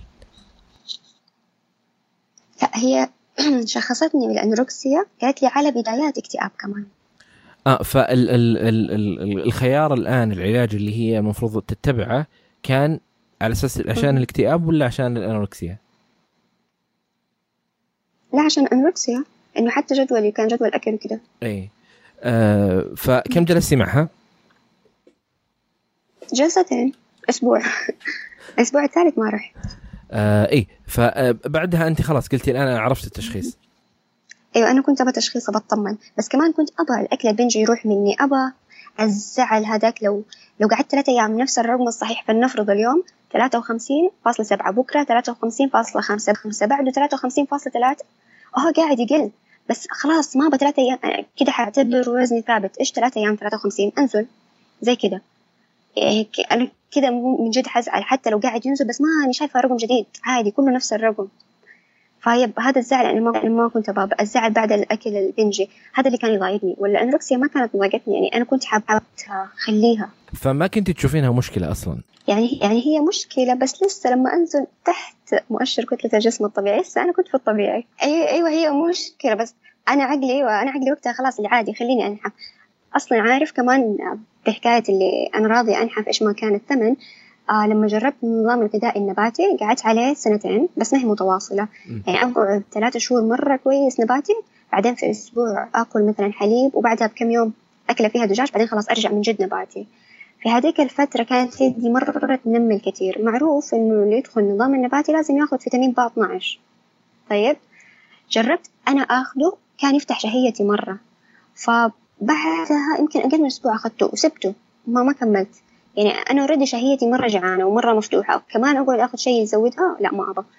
S1: لا هي شخصتني بالأنوركسيا، قالت لي على بدايات اكتئاب كمان.
S2: آه فالخيار الآن العلاج اللي هي المفروض تتبعه كان على أساس عشان الاكتئاب ولا عشان الأنوركسيا؟
S1: لا عشان الأنوركسيا، إنه حتى جدولي كان جدول أكل كده.
S2: إيه آه فكم جلستي معها؟
S1: جلستين، أسبوع. الأسبوع الثالث ما رحت.
S2: آه إيه فبعدها أنت خلاص قلتي الآن أنا عرفت التشخيص.
S1: أيوة أنا كنت أبى تشخيص بطمن، بس كمان كنت أبى الأكل البنجي يروح مني، أبى الزعل هذاك، لو لو قعدت ثلاثة أيام نفس الرقم الصحيح، فلنفرض اليوم ثلاثة وخمسين فاصلة سبعة، بكرة ثلاثة وخمسين فاصلة خمسة، خمسة بعده ثلاثة وخمسين فاصلة ثلاثة، أهو قاعد يقل، بس خلاص ما بثلاثة أيام كده حاعتبر وزني ثابت، إيش ثلاثة أيام ثلاثة وخمسين أنزل زي كده، يعني أنا كده من جد حزعل، حتى لو قاعد ينزل بس ما أنا شايفة رقم جديد عادي كله نفس الرقم. فهي هذا الزعل أنا ما ما كنت بابا الزعل بعد الأكل البنجي هذا اللي كان يضايقني، ولا الأنوركسيا ما كانت ضايقتني، يعني أنا كنت حابة خليها.
S2: فما كنت تشوفينها مشكلة أصلاً؟
S1: يعني يعني هي مشكلة، بس لسه لما أنزل تحت مؤشر كتلة الجسم الطبيعي لسه أنا كنت في الطبيعي. أيوة أيوة هي مشكلة، بس أنا عقلي أيوة أنا عقلي وقتها خلاص العادي خليني أنحف. أصلاً عارف كمان بحكاية اللي أنا راضي أنحف إيش ما كان الثمن. آه لما جربت النظام الغذائي النباتي قعدت عليه سنتين بس ما هي متواصلة، يعني أقعد ثلاثة شهور مرة كويس نباتي، بعدين في أسبوع أكل مثلا حليب، وبعدها بكم يوم أكله فيها دجاج، بعدين خلاص أرجع من جد نباتي. في هذيك الفترة كانت يدي مرة تنمل كتير، معروف إنه اللي يدخل النظام النباتي لازم يأخذ فيتامين با اثنا عشر. طيب جربت أنا أخذه كان يفتح شهيتي مرة، فبعدها يمكن أقل من أسبوع أخذته وسبته ما ما كملت، يعني أنا أوريدي شهيتي مرة جعانة ومرة مفتوحة، كمان أقعد أخذ شيء يزودها لا ما أبغى.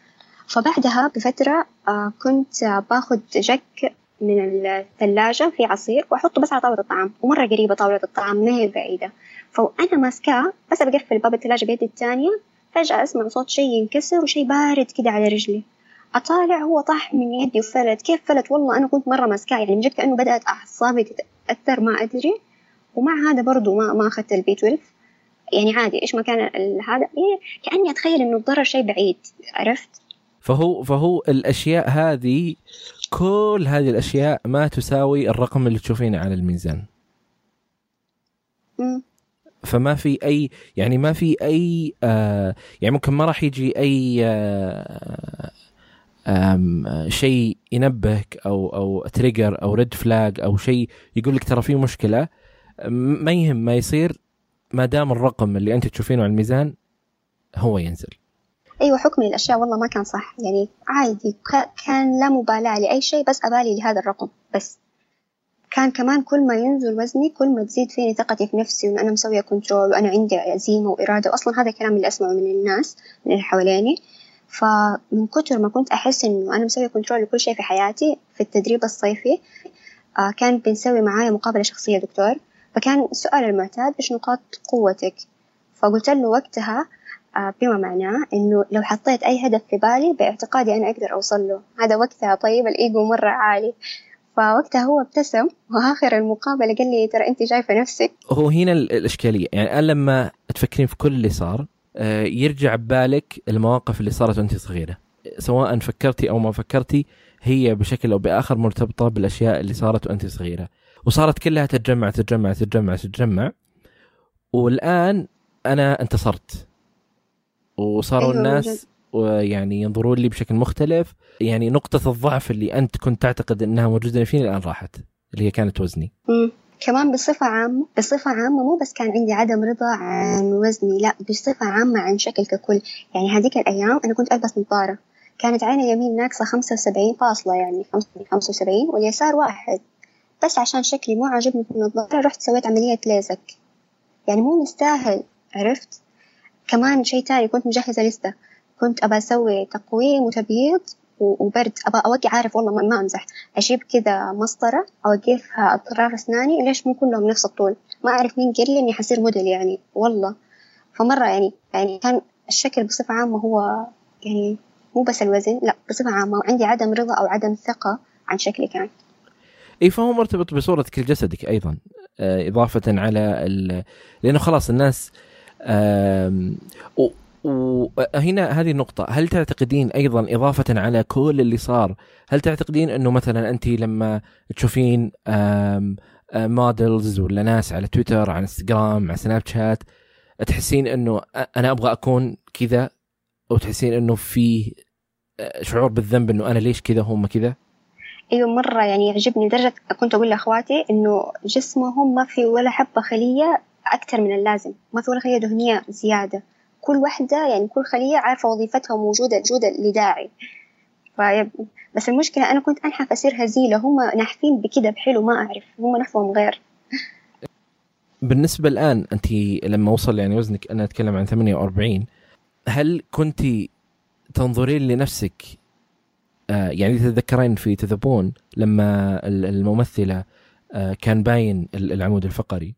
S1: فبعدها بفترة آه كنت آه باخد جك من الثلاجة في عصير وأحطه بس على طاولة الطعام، ومرة قريبة طاولة الطعام ما هي بعيدة، فأنا ماسكاه بس بقفل باب الثلاجة بيدي الثانية، فجأة أسمع صوت شيء ينكسر وشيء بارد كده على رجلي، أطالع هو طاح من يدي وفلت. كيف فلت؟ والله أنا كنت مرة ماسكاه، يعني من جد كأنه بدأت أعصابي تتأثر ما أدري. ومع هذا برضو ما ما أخذت البي اثنا عشر، يعني عادي إيش ما كان هذا، يعني كأني أتخيل إنه الضرر شيء بعيد، عرفت؟
S2: فهو فهو الأشياء هذه، كل هذه الأشياء ما تساوي الرقم اللي تشوفينه على الميزان.
S1: م.
S2: فما في أي يعني ما في أي آه يعني ممكن ما راح يجي أي آه آه شيء ينبهك أو أو تريجر أو ريد فلاج أو شيء يقول لك ترى في مشكلة. ما يهم ما يصير ما دام الرقم اللي أنت تشوفينه على الميزان هو ينزل.
S1: أيوة، حكمي الأشياء والله ما كان صح، يعني عادي، كان لا مبالاة لأي شيء، بس أبالي لهذا الرقم بس. كان كمان كل ما ينزل وزني كل ما تزيد فيني ثقتي في نفسي، وأن أنا مسوية كنترول وأنا عندي عزيمة وإرادة، وأصلا هذا الكلام اللي أسمعه من الناس من اللي حواليني. فمن كتر ما كنت أحس إنه أنا مسوية كنترول لكل شيء في حياتي، في التدريب الصيفي آه كان بنسوي معايا مقابلة شخصية دكتور، فكان السؤال المعتاد إيش نقاط قوتك، فقلت له وقتها آه بما معناه إنه لو حطيت أي هدف في بالي باعتقادي أنا أقدر أوصل له. هذا وقتها طيب الإيجو مرة عالي، فوقتها هو ابتسم وآخر المقابلة قال لي ترى أنت شايفة نفسك.
S2: هو هنا الإشكالية، يعني أنا لما تفكرين في كل اللي صار آه يرجع ببالك المواقف اللي صارت وأنت صغيرة، سواء فكرتي أو ما فكرتي هي بشكل أو بآخر مرتبطة بالأشياء اللي صارت وأنت صغيرة، وصارت كلها تتجمع تتجمع تتجمع تتجمع والآن أنا انتصرت وصاروا
S1: أيوة
S2: الناس ويعني ينظرون لي بشكل مختلف. يعني نقطة الضعف اللي أنت كنت تعتقد أنها موجودة فيني الآن راحت، اللي هي كانت وزني.
S1: مم. كمان بصفة عامة بصفة عامة مو بس كان عندي عدم رضا عن وزني، لا بصفة عامة عن شكل ككل. يعني هذيك الأيام أنا كنت ألبس نظارة، كانت عيني اليمين ناقصة خمسة وسبعين فاصلة، يعني خمسة وسبعين، واليسار واحد، بس عشان شكلي مو عاجبني في النظارة رحت سويت عملية ليزك، يعني مو مستاهل، عرفت؟ كمان شيء تاني كنت مجهزة لستة، كنت أبى أسوي تقويم وتبييض وبرد، أبى أوقع، عارف والله ما أمزح، أجيب كذا مسطرة أوقفها أطراف أسناني، ليش مو كلهم نفس الطول؟ ما أعرف مين قال لي إني حصير موديل يعني والله. فمرة يعني يعني كان الشكل بصفة عامة هو يعني مو بس الوزن، لا بصفة عامة، وعندي عدم رضا أو عدم ثقة عن شكلي كان.
S2: اي فهو مرتبط بصورتك لجسدك ايضا آه اضافه على لانه خلاص الناس وهنا هذه النقطه. هل تعتقدين ايضا اضافه على كل اللي صار، هل تعتقدين انه مثلا انت لما تشوفين موديلز ولا ناس على تويتر على انستغرام على سناب شات تحسين انه انا ابغى اكون كذا، او تحسين انه في شعور بالذنب انه انا ليش كذا هم كذا؟
S1: أيوة مرة، يعني يعجبني لدرجة كنت أقول لأخواتي إنه جسمهم ما في ولا حبة خلية أكتر من اللازم، ما في ولا خلية دهنية زيادة، كل واحدة يعني كل خلية عارفة وظيفتها وموجودة موجودة لداعي. بس المشكلة أنا كنت أنحف أصير هزيلة، هم نحفين بكده بحلو، ما أعرف هم نحفهم غير.
S2: بالنسبة الآن أنت لما وصل يعني وزنك، أنا أتكلم عن ثمانية وأربعين، هل كنت تنظرين لنفسك آه يعني تتذكرين في تذبون لما الممثلة آه كان باين العمود الفقري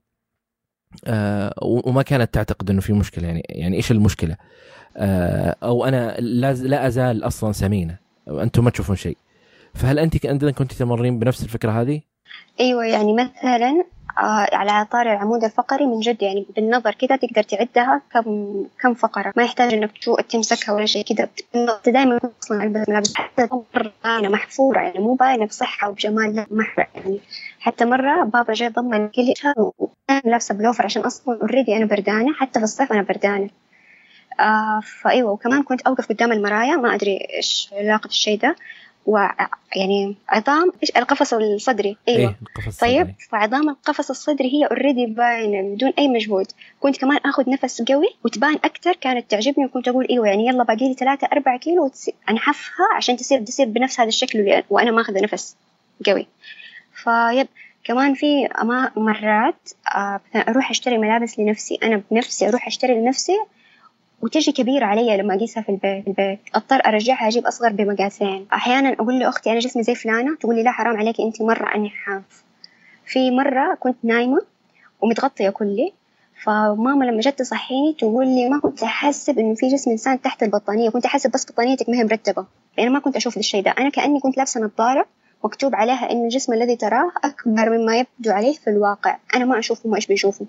S2: آه وما كانت تعتقد أنه في مشكلة، يعني يعني إيش المشكلة آه أو أنا لا, لا أزال أصلا سمينة وأنتم ما تشوفون شيء، فهل أنت عندنا كنت تمرين بنفس الفكرة هذه؟
S1: أيوة، يعني مثلا آه على طار العمود الفقري من جد، يعني بالنظر كده تقدر تعدها كم كم فقرة، ما يحتاج إنك تمسكها ولا شيء كده، دائما أصلا ألبس ملابس حتى مرة باينة محفورة، يعني مو باينة بصحة وبجمال، لا محرة يعني. حتى مرة بابا جاء ضمن كلي وأنا لابسة بلوفر عشان أصلا أوريدي أنا بردانة، حتى في الصيف أنا بردانة. آه فأيوة، وكمان كنت أوقف قدام المرايا، ما أدري إيش علاقة الشيء ده، ويعني عظام إيش القفص الصدري. أيوة
S2: إيه القفص
S1: طيب
S2: الصدري.
S1: فعظام القفص الصدري هي أوريدي باينة بدون أي مجهود، كنت كمان أخذ نفس قوي وتبان أكتر، كانت تعجبني، وكنت أقول إيوه يعني يلا باقي لي ثلاثة أربعة كيلو أنحفها عشان تصير تصير بنفس هذا الشكل وأنا ما أخذ نفس قوي. فيب كمان في مرات أروح أشتري ملابس لنفسي، أنا بنفسي أروح أشتري لنفسي وتجي كبيرة علي لما أقيسها في البيت, البيت أضطر أرجعها أجيب أصغر بمقاسين. أحيانا أقول لأختي أنا جسمي زي فلانة، تقول لي لا حرام عليك أنت مرة أني حاف. في مرة كنت نايمة ومتغطية كلي، فماما لما جت تصحيني تقول لي ما كنت أحسب إنه في جسم إنسان تحت البطانية، كنت أحسب بس بطانيتك ما هي مرتبة، لأن ما كنت أشوف الشيء ده. أنا كأني كنت لابسة نظارة مكتوب عليها إن الجسم الذي تراه أكبر مما يبدو عليه في الواقع، أنا ما أشوفه ما إيش بيشوفه.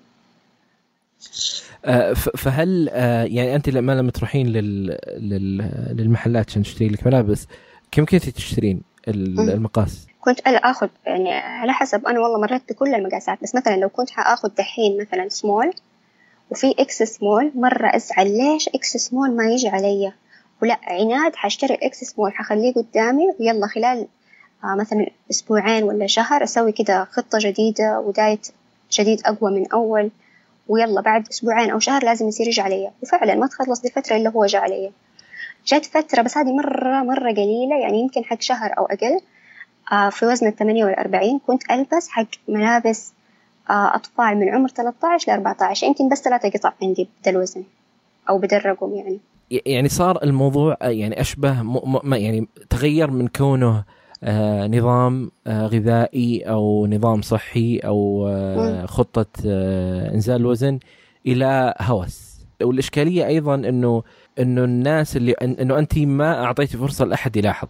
S2: فهل يعني أنت لما لما تروحين لل... لل... للمحلات عشان تشتري لك ملابس، كم كنتي تشترين المقاس؟
S1: كنت أخذ يعني على حسب، أنا والله مريت بكل المقاسات، بس مثلا لو كنت حأخذ دحين مثلا سمول وفي إكس سمول، مرة أزعل ليش إكس سمول ما يجي علي، ولا عناد حاشتري إكس سمول حخليه قدامي، ويلا خلال آه مثلا أسبوعين ولا شهر أسوي كده خطة جديدة ودايت جديد أقوى من أول، ويلا بعد أسبوعين أو شهر لازم يصير يجي علي. وفعلا ما تخلص دي فترة إلا هو جاء علي. جات فترة بس هذه مرة مرة قليلة، يعني يمكن حق شهر أو أقل، آه في وزن الثمانية والأربعين كنت ألبس حق ملابس آه أطفال من عمر ثلاثة عشر لأربعة عشر، يمكن بس ثلاثة قطع عندي بدل الوزن أو بدل الرقم. يعني
S2: يعني صار الموضوع يعني أشبه م... م... يعني تغير من كونه آه نظام آه غذائي أو نظام صحي أو آه خطة آه إنزال الوزن إلى هوس. والإشكالية أيضا إنه إنه الناس اللي إنه أنت ما أعطيتي فرصة لأحد يلاحظ،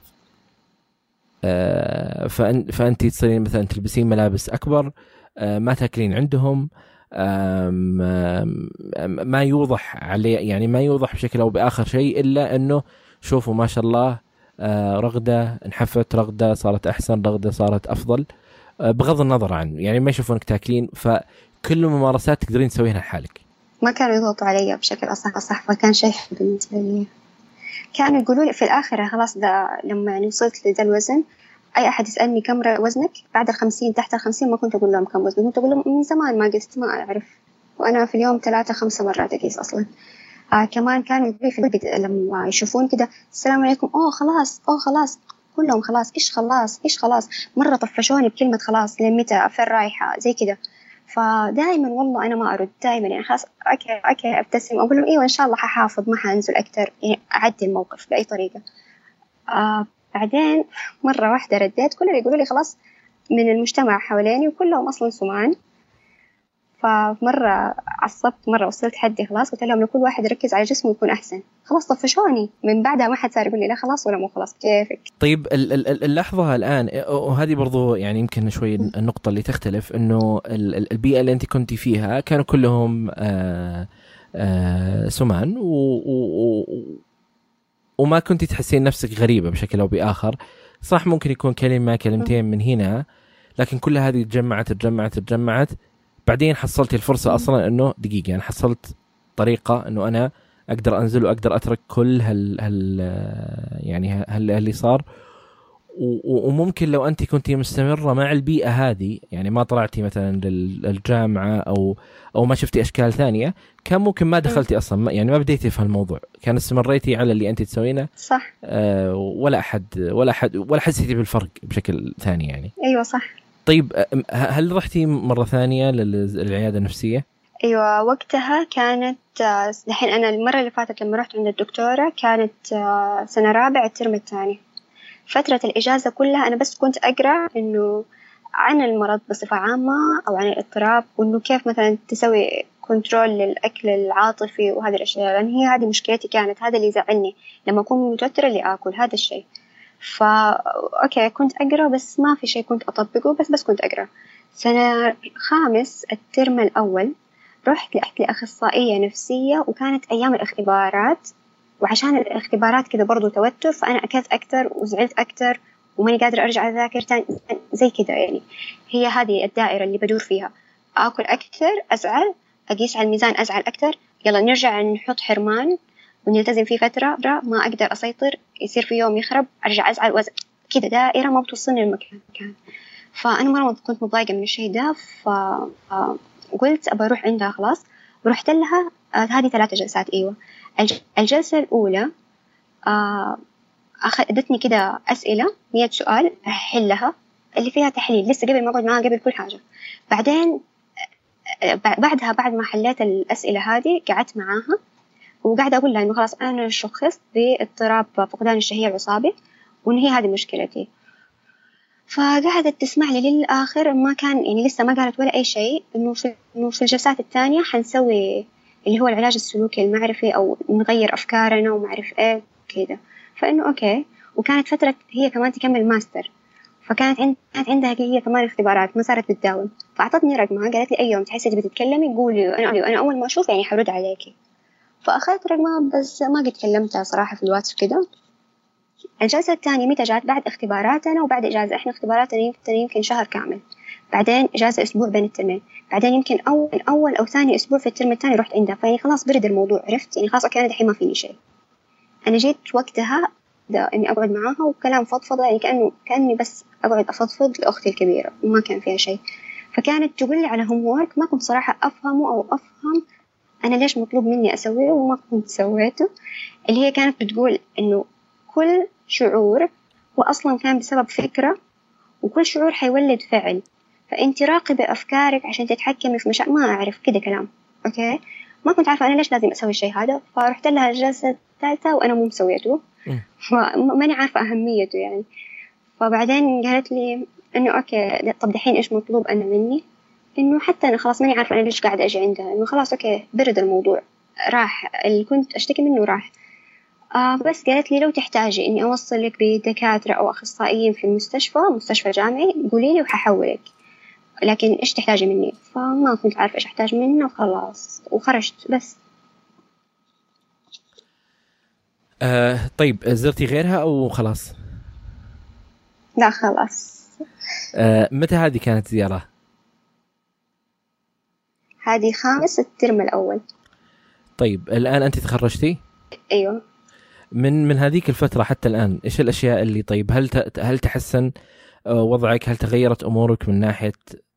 S2: آه فأن... فأنت تصيرين مثلا تلبسين ملابس أكبر، آه ما تأكلين عندهم، آم آم ما يوضح عليه، يعني ما يوضح بشكل أو بآخر شيء إلا إنه شوفوا ما شاء الله آه رغدة انحفت، رغدة صارت أحسن، رغدة صارت أفضل، آه بغض النظر عنه، يعني ما يشوفونك تاكلين. فكل الممارسات تقدرين تسوينها لحالك.
S1: ما كانوا يضغطوا علي بشكل أصح أصح فكان شيء بالنسبة لي. كانوا يقولوا لي في الآخر خلاص ده لما يعني وصلت لذا الوزن، أي أحد يسألني كم وزنك بعد الخمسين تحت الخمسين، ما كنت أقول لهم كم وزنك، كنت أقول لهم من زمان ما قست ما أعرف، وأنا في اليوم ثلاثة خمسة مرات أقيس أصلا. آه كمان كانوا في البيت لما يشوفون كده السلام عليكم، أوه خلاص أوه خلاص كلهم خلاص إيش خلاص إيش خلاص، مرة طفشوني بكلمة خلاص لمتى فين رايحة زي كده. فدائما والله أنا ما أرد، دائما يعني خلاص أوكي أوكي أبتسم أقول لهم إيه وإن شاء الله ححافظ ما حأنزل أكتر، يعني أعدي الموقف بأي طريقة. آه بعدين مرة واحدة رديت، كلهم يقولوا لي خلاص من المجتمع حواليني وكلهم أصلا سمان، فمرة عصبت، مرة وصلت حدي خلاص قلت لهم لكل واحد يركز على جسمه يكون أحسن، خلاص طفشوني. من بعدها ما حد صار يقول لي لا خلاص ولا مو خلاص كيفك.
S2: طيب اللحظة الآن، وهذه برضو يعني يمكن شوي النقطة اللي تختلف، إنه البيئة اللي أنت كنتي فيها كانوا كلهم آآ آآ سمان و, و, و وما كنت تحسين نفسك غريبة بشكل أو بآخر. صح ممكن يكون كلمة كلمتين من هنا، لكن كل هذه تجمعت تجمعت تجمعت بعدين حصلتي الفرصة أصلا إنه دقيقة أنا حصلت طريقة إنه أنا أقدر أنزل وأقدر أترك كل هال, هال يعني هال اللي صار. وممكن لو أنت كنتي مستمرة مع البيئة هذه، يعني ما طلعتي مثلا للجامعة أو أو ما شفتي أشكال ثانية، كان ممكن ما دخلتي أصلا، يعني ما بديتي في هالموضوع، كان استمريتي على اللي أنت تسوينه.
S1: صح.
S2: آه ولا أحد ولا أحد ولا حسيتي بالفرق بشكل ثاني يعني.
S1: أيوة صح.
S2: طيب هل رحتي مرة ثانية للعيادة النفسية؟
S1: أيوة وقتها كانت الحين أنا المرة اللي فاتت لما رحت عند الدكتورة كانت سنة رابع الترم الثاني. فترة الإجازة كلها أنا بس كنت أقرأ إنه عن المرض بصفة عامة أو عن الاضطراب، وإنه كيف مثلا تسوي كنترول للأكل العاطفي وهذه الأشياء، لأن هي هذه مشكلتي كانت، هذا اللي يزعلني لما أكون متوترة اللي آكل هذا الشيء. فا أوكي كنت أقرأ بس ما في شيء كنت أطبقه، بس بس كنت أقرأ. سنة خامس الترم الأول رحت لأخصائية نفسية، وكانت أيام الاختبارات، وعشان الاختبارات كده برضو توتر، فأنا أكلت أكتر وزعلت أكتر وماني قادرة أرجع أذاكر تاني زي كده. يعني هي هذه الدائرة اللي بدور فيها، أكل أكتر أزعل، أقيس على الميزان أزعل أكتر، يلا نرجع نحط حرمان ونلتزم فيه فترة، ما أقدر أسيطر، يصير في يوم يخرب أرجع أزعل وأزعل كده، دائرة ما بتوصلني المكان. فأنا مرة كنت مضايقة من الشيء ده، فقلت أبى أروح عندها خلاص. ورحت لها هذه ثلاثة جلسات. أيوة الجلسة الأولى أخذتني كده أسئلة مية سؤال أحلها اللي فيها تحليل لسه قبل ما أقعد معها قبل كل حاجة. بعدين بعدها بعد ما حليت الأسئلة هذه قعدت معاها وقاعدة أقول لها إنه خلاص أنا شخصت باضطراب فقدان الشهية العصابي وإن هي هذه مشكلتي. فقعدت تسمع لي للآخر، ما كان يعني لسه ما قالت ولا أي شيء، إنه في إنه في الجلسات الثانية حنسوي اللي هو العلاج السلوكي المعرفي أو نغير أفكارنا وما أعرف إيه كده. فإنه أوكي. وكانت فترة هي كمان تكمل ماستر، فكانت عند كانت عندها هي كمان اختبارات، ما صارت بتداوم. فأعطتني رقمها، قالت لي أي يوم تحسي تبي تتكلمي قولي، أنا أنا أول ما أشوف يعني حرد عليكي. فأخذت رقمها بس ما قد كلمتها صراحة في الواتس كده. الجلسة الثانية متى جات؟ بعد اختباراتنا وبعد إجازة. إحنا اختباراتنا يمكن يمكن شهر كامل، بعدين إجازة أسبوع بين الترمين، بعدين يمكن أول أول أو ثاني أسبوع في الترم الثاني رحت عندها. فيعني خلاص برد الموضوع، عرفت يعني خلاص أوكي أنا دحين ما فيني شيء. أنا جيت وقتها ده إني أقعد معاها وكلام فضفضة، يعني كأنه كأني بس أقعد أفضفض لأختي الكبيرة وما كان فيها شيء. فكانت تقول لي على هومورك ما كنت صراحة أفهمه أو أفهم أنا ليش مطلوب مني أسويه وما كنت سويته. اللي هي كانت بتقول إنه كل شعور وأصلا كان بسبب فكرة، وكل شعور حيولد فعل، فأنت راقبة أفكارك عشان تتحكمي في مشاعر. ما أعرف كده كلام أوكي. ما كنت عارفة أنا ليش لازم أسوي الشيء هذا. فرحت لها الجلسة الثالثة وأنا مو مسويته، ماني عارفة أهميته يعني. فبعدين قالت لي إنه أوكي طب دحين إيش مطلوب أنا مني؟ إنه حتى أنا خلاص ماني عارفة أنا ليش قاعدة أجي عندها، إنه خلاص أوكي برد الموضوع، راح اللي كنت أشتكي منه راح. آه بس قالت لي لو تحتاجي إني أوصلك بدكاترة أو أخصائيين في المستشفى مستشفى جامعي قولي لي وححولك، لكن إيش تحتاجي مني؟ فما كنت عارفة إيش أحتاج منه وخلاص وخرجت بس.
S2: آه طيب زرتي غيرها أو خلاص؟
S1: لا خلاص.
S2: آه متى هذه كانت زيارة؟
S1: هذه خامس الترم الأول.
S2: طيب الآن أنت تخرجتي؟
S1: أيوة.
S2: من من هذيك الفترة حتى الآن إيش الأشياء اللي طيب هل هل تحسن وضعك؟ هل تغيرت أمورك من ناحية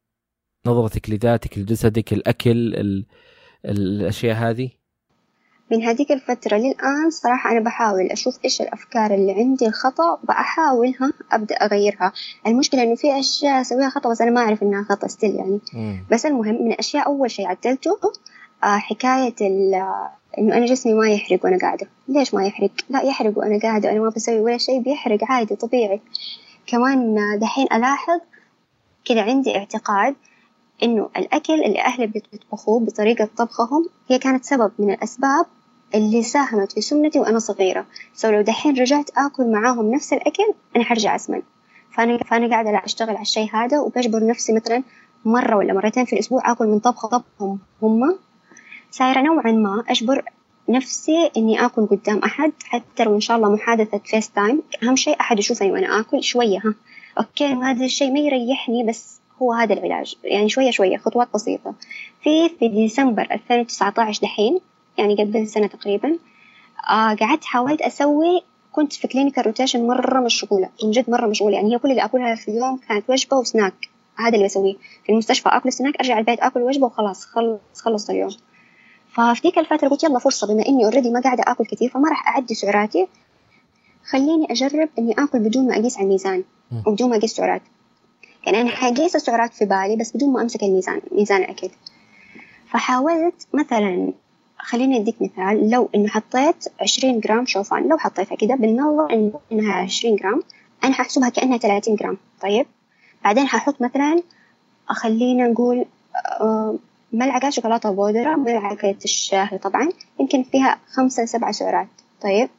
S2: نظرتك لذاتك لجسدك الأكل ال... الأشياء هذه؟
S1: من هذيك الفترة للآن صراحة أنا بحاول أشوف إيش الأفكار اللي عندي الخطأ وبحاولها أبدأ أغيرها. المشكلة إنه في أشياء أسويها خطأ بس أنا ما أعرف إنها خطأ ستيل يعني.
S2: مم.
S1: بس المهم من الأشياء أول شيء عدلته آه حكاية إنه أنا جسمي ما يحرق وأنا قاعدة. ليش ما يحرق؟ لا يحرق وأنا قاعدة، أنا ما بسوي ولا شيء بيحرق عادي طبيعي. كمان دحين ألاحظ كده عندي اعتقاد إنه الأكل اللي أهلي بيطبخوه بطريقة طبخهم هي كانت سبب من الأسباب اللي ساهمت في سمنتي وأنا صغيرة. سو لو دحين رجعت آكل معاهم نفس الأكل أنا حرجع أسمن. فأنا فأنا قاعدة لا أشتغل على الشيء هذا وبجبر نفسي مثلا مرة ولا مرتين في الأسبوع آكل من طبخ طبخهم هم. سايرة نوعا ما أجبر نفسي إني آكل قدام أحد، حتى لو إن شاء الله محادثة فيس تايم، أهم شيء أحد يشوفني وأنا آكل شوية. ها أوكي هذا الشيء ما يريحني بس هو هذا العلاج يعني شوية شوية خطوات بسيطة. في في ديسمبر ألفين وتسعة عشر دحين يعني قبل سنة تقريبا آه قعدت حاولت أسوي، كنت في كلينيكال روتيشن مرة مشغولة من جد مرة مشغولة يعني. هي كل اللي أكلها في اليوم كانت وجبة وسناك، هذا اللي بسويه في المستشفى، أكل سناك أرجع البيت أكل وجبة وخلاص خلص خلص اليوم. ففي ذيك الفترة قلت يلا فرصة بما إني أوريدي ما قاعدة أكل كثير فما راح أعدي سعراتي، خليني أجرب إني أكل بدون ما أقيس على الميزان وبدون ما أقيس سعرات. يعني أنا حقيس السعرات في بالي بس بدون ما أمسك الميزان ميزان الأكل. فحاولت مثلا خليني أديك مثال، لو إنه حطيت عشرين جرام شوفان، لو حطيتها كده بالنظر إنها عشرين جرام أنا ححسبها كأنها ثلاثين جرام. طيب بعدين ححط مثلا خلينا نقول ملعقة شوكولاتة بودرة، ملعقة الشاهي طبعا يمكن فيها خمسة سبعة سعرات. طيب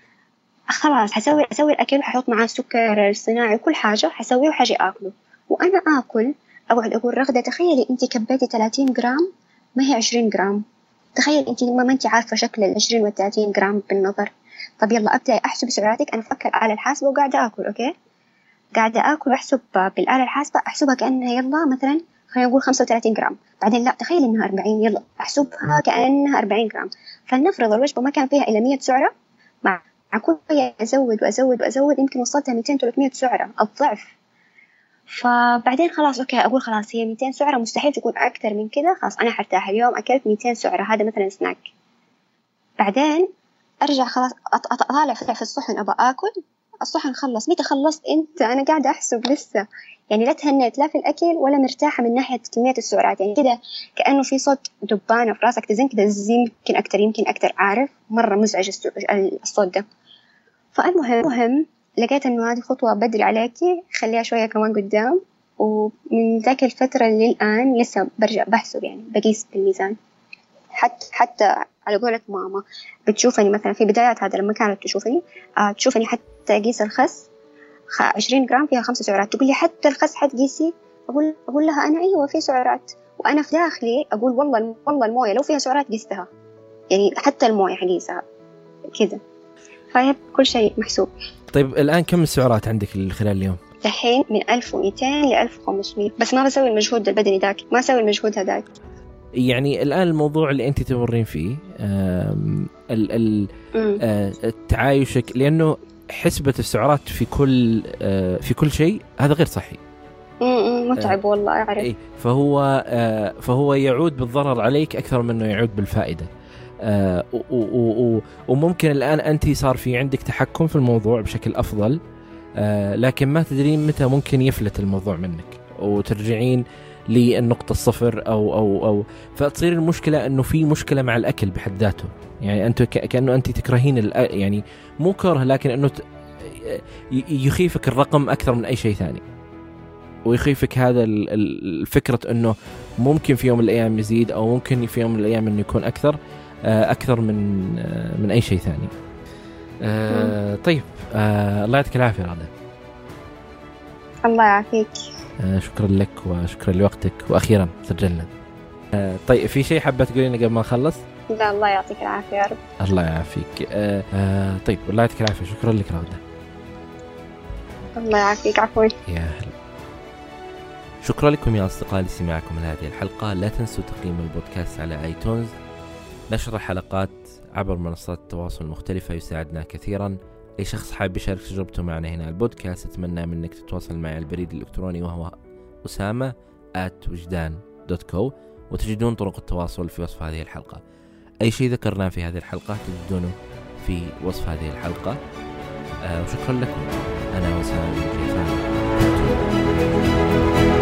S1: خلاص حسوي أسوي الأكل ححط معاه السكر الصناعي كل حاجة حسويه وحاجة أكله. وأنا آكل أقعد أقول رغدة تخيلي أنت كبيتي ثلاثين جرام ما هي عشرين جرام، تخيل أنت ما أنت عارفة شكل العشرين والثلاثين جرام بالنظر. طب يلا أبدأ أحسب سعراتك، أنا أفكر آلة الحاسبة وقاعدة أكل أوكي، قاعدة أكل وأحسب بالآلة الحاسبة أحسبها كأنها يلا مثلا خلينا نقول خمسة وثلاثين جرام، بعدين لا تخيل إنها أربعين يلا أحسبها كأنها أربعين جرام. فلنفرض الوجبة ما كان فيها إلا مية سعرة، مع كل أزود وأزود وأزود يمكن وصلتها مئتين ثلاثمية سعرة الضعف. فبعدين خلاص أوكي أقول خلاص هي مئتين سعرة مستحيل تكون أكثر من كده، خلاص أنا حرتاح اليوم أكلت مئتين سعرة هذا مثلا سناك. بعدين أرجع خلاص أطالع في الصحن أبغى أكل، الصحن خلص، متى خلصت أنت؟ أنا قاعدة أحسب لسه يعني لا تهنيت لا في الأكل ولا مرتاحة من ناحية كمية السعرات، يعني كده كأنه في صوت دبانة في راسك تزن كده، يمكن أكتر يمكن أكتر، عارف مرة مزعج الصوت ده. فالمهم مهم لقيت إنه هذه خطوة بدري عليكي، خليها شوية كمان قدام. ومن ذاك الفترة للآن لسه برجع بحسب، يعني بقيس بالميزان. حتى حتى على قولة ماما بتشوفني مثلا في بدايات هذا لما كانت تشوفني آه تشوفني حتى أقيس الخس عشرين جرام فيها خمسة سعرات، تقول لي حتى الخس حتقيسي؟ أقول أقول لها أنا أيوة في سعرات، وأنا في داخلي أقول والله والله الموية لو فيها سعرات قيستها، يعني حتى الموية حقيسها كذا. فهي كل شيء محسوب.
S2: طيب الآن كم السعرات عندك خلال اليوم؟
S1: الحين من ألف ومئتين ل ألف وخمسمية، بس ما بسوي المجهود البدني ذاك، ما أسوي المجهود هذاك.
S2: يعني الآن الموضوع اللي أنت تمرين فيه ال التعايشك، لأنه حسبة السعرات في كل في كل شيء هذا غير صحي.
S1: امم متعب والله أعرف.
S2: فهو فهو يعود بالضرر عليك أكثر منه يعود بالفائدة. وممكن الآن أنت صار في عندك تحكم في الموضوع بشكل أفضل، لكن ما تدرين متى ممكن يفلت الموضوع منك وترجعين للنقطة الصفر أو أو أو فتصير المشكلة إنه في مشكلة مع الأكل بحد ذاته. يعني أنت كأنه أنت تكرهين يعني مو كره، لكن إنه يخيفك الرقم أكثر من أي شيء ثاني، ويخيفك هذا الفكرة إنه ممكن في يوم من الأيام يزيد، أو ممكن في يوم من الأيام إنه يكون أكثر أكثر من من أي شيء ثاني. طيب الله يعطيك العافية رغدة.
S1: الله يعافيك.
S2: آه شكرا لك وشكرا لوقتك. وأخيرا سجلنا. آه طيب في شيء حابة تقولين قبل ما نخلص؟
S1: لا الله يعطيك العافية يا رب.
S2: الله يعافيك. آه آه طيب الله يعطيك العافية. شكرا لك رغدة.
S1: الله يعافيك. عفوا.
S2: يا هلا. شكرا لكم يا أصدقائي لسماعكم من هذه الحلقة. لا تنسوا تقييم البودكاست على آيتونز. نشر الحلقات عبر منصات التواصل المختلفة يساعدنا كثيرا. أي شخص حاب يشارك تجربته معنا هنا البودكاست أتمنى منك تتواصل معي على البريد الإلكتروني وهو أسامة آت وجدان دوت كو، وتجدون طرق التواصل في وصف هذه الحلقة. أي شيء ذكرناه في هذه الحلقة تجدونه في وصف هذه الحلقة. آه وشكرا لكم. أنا وسام جيفان.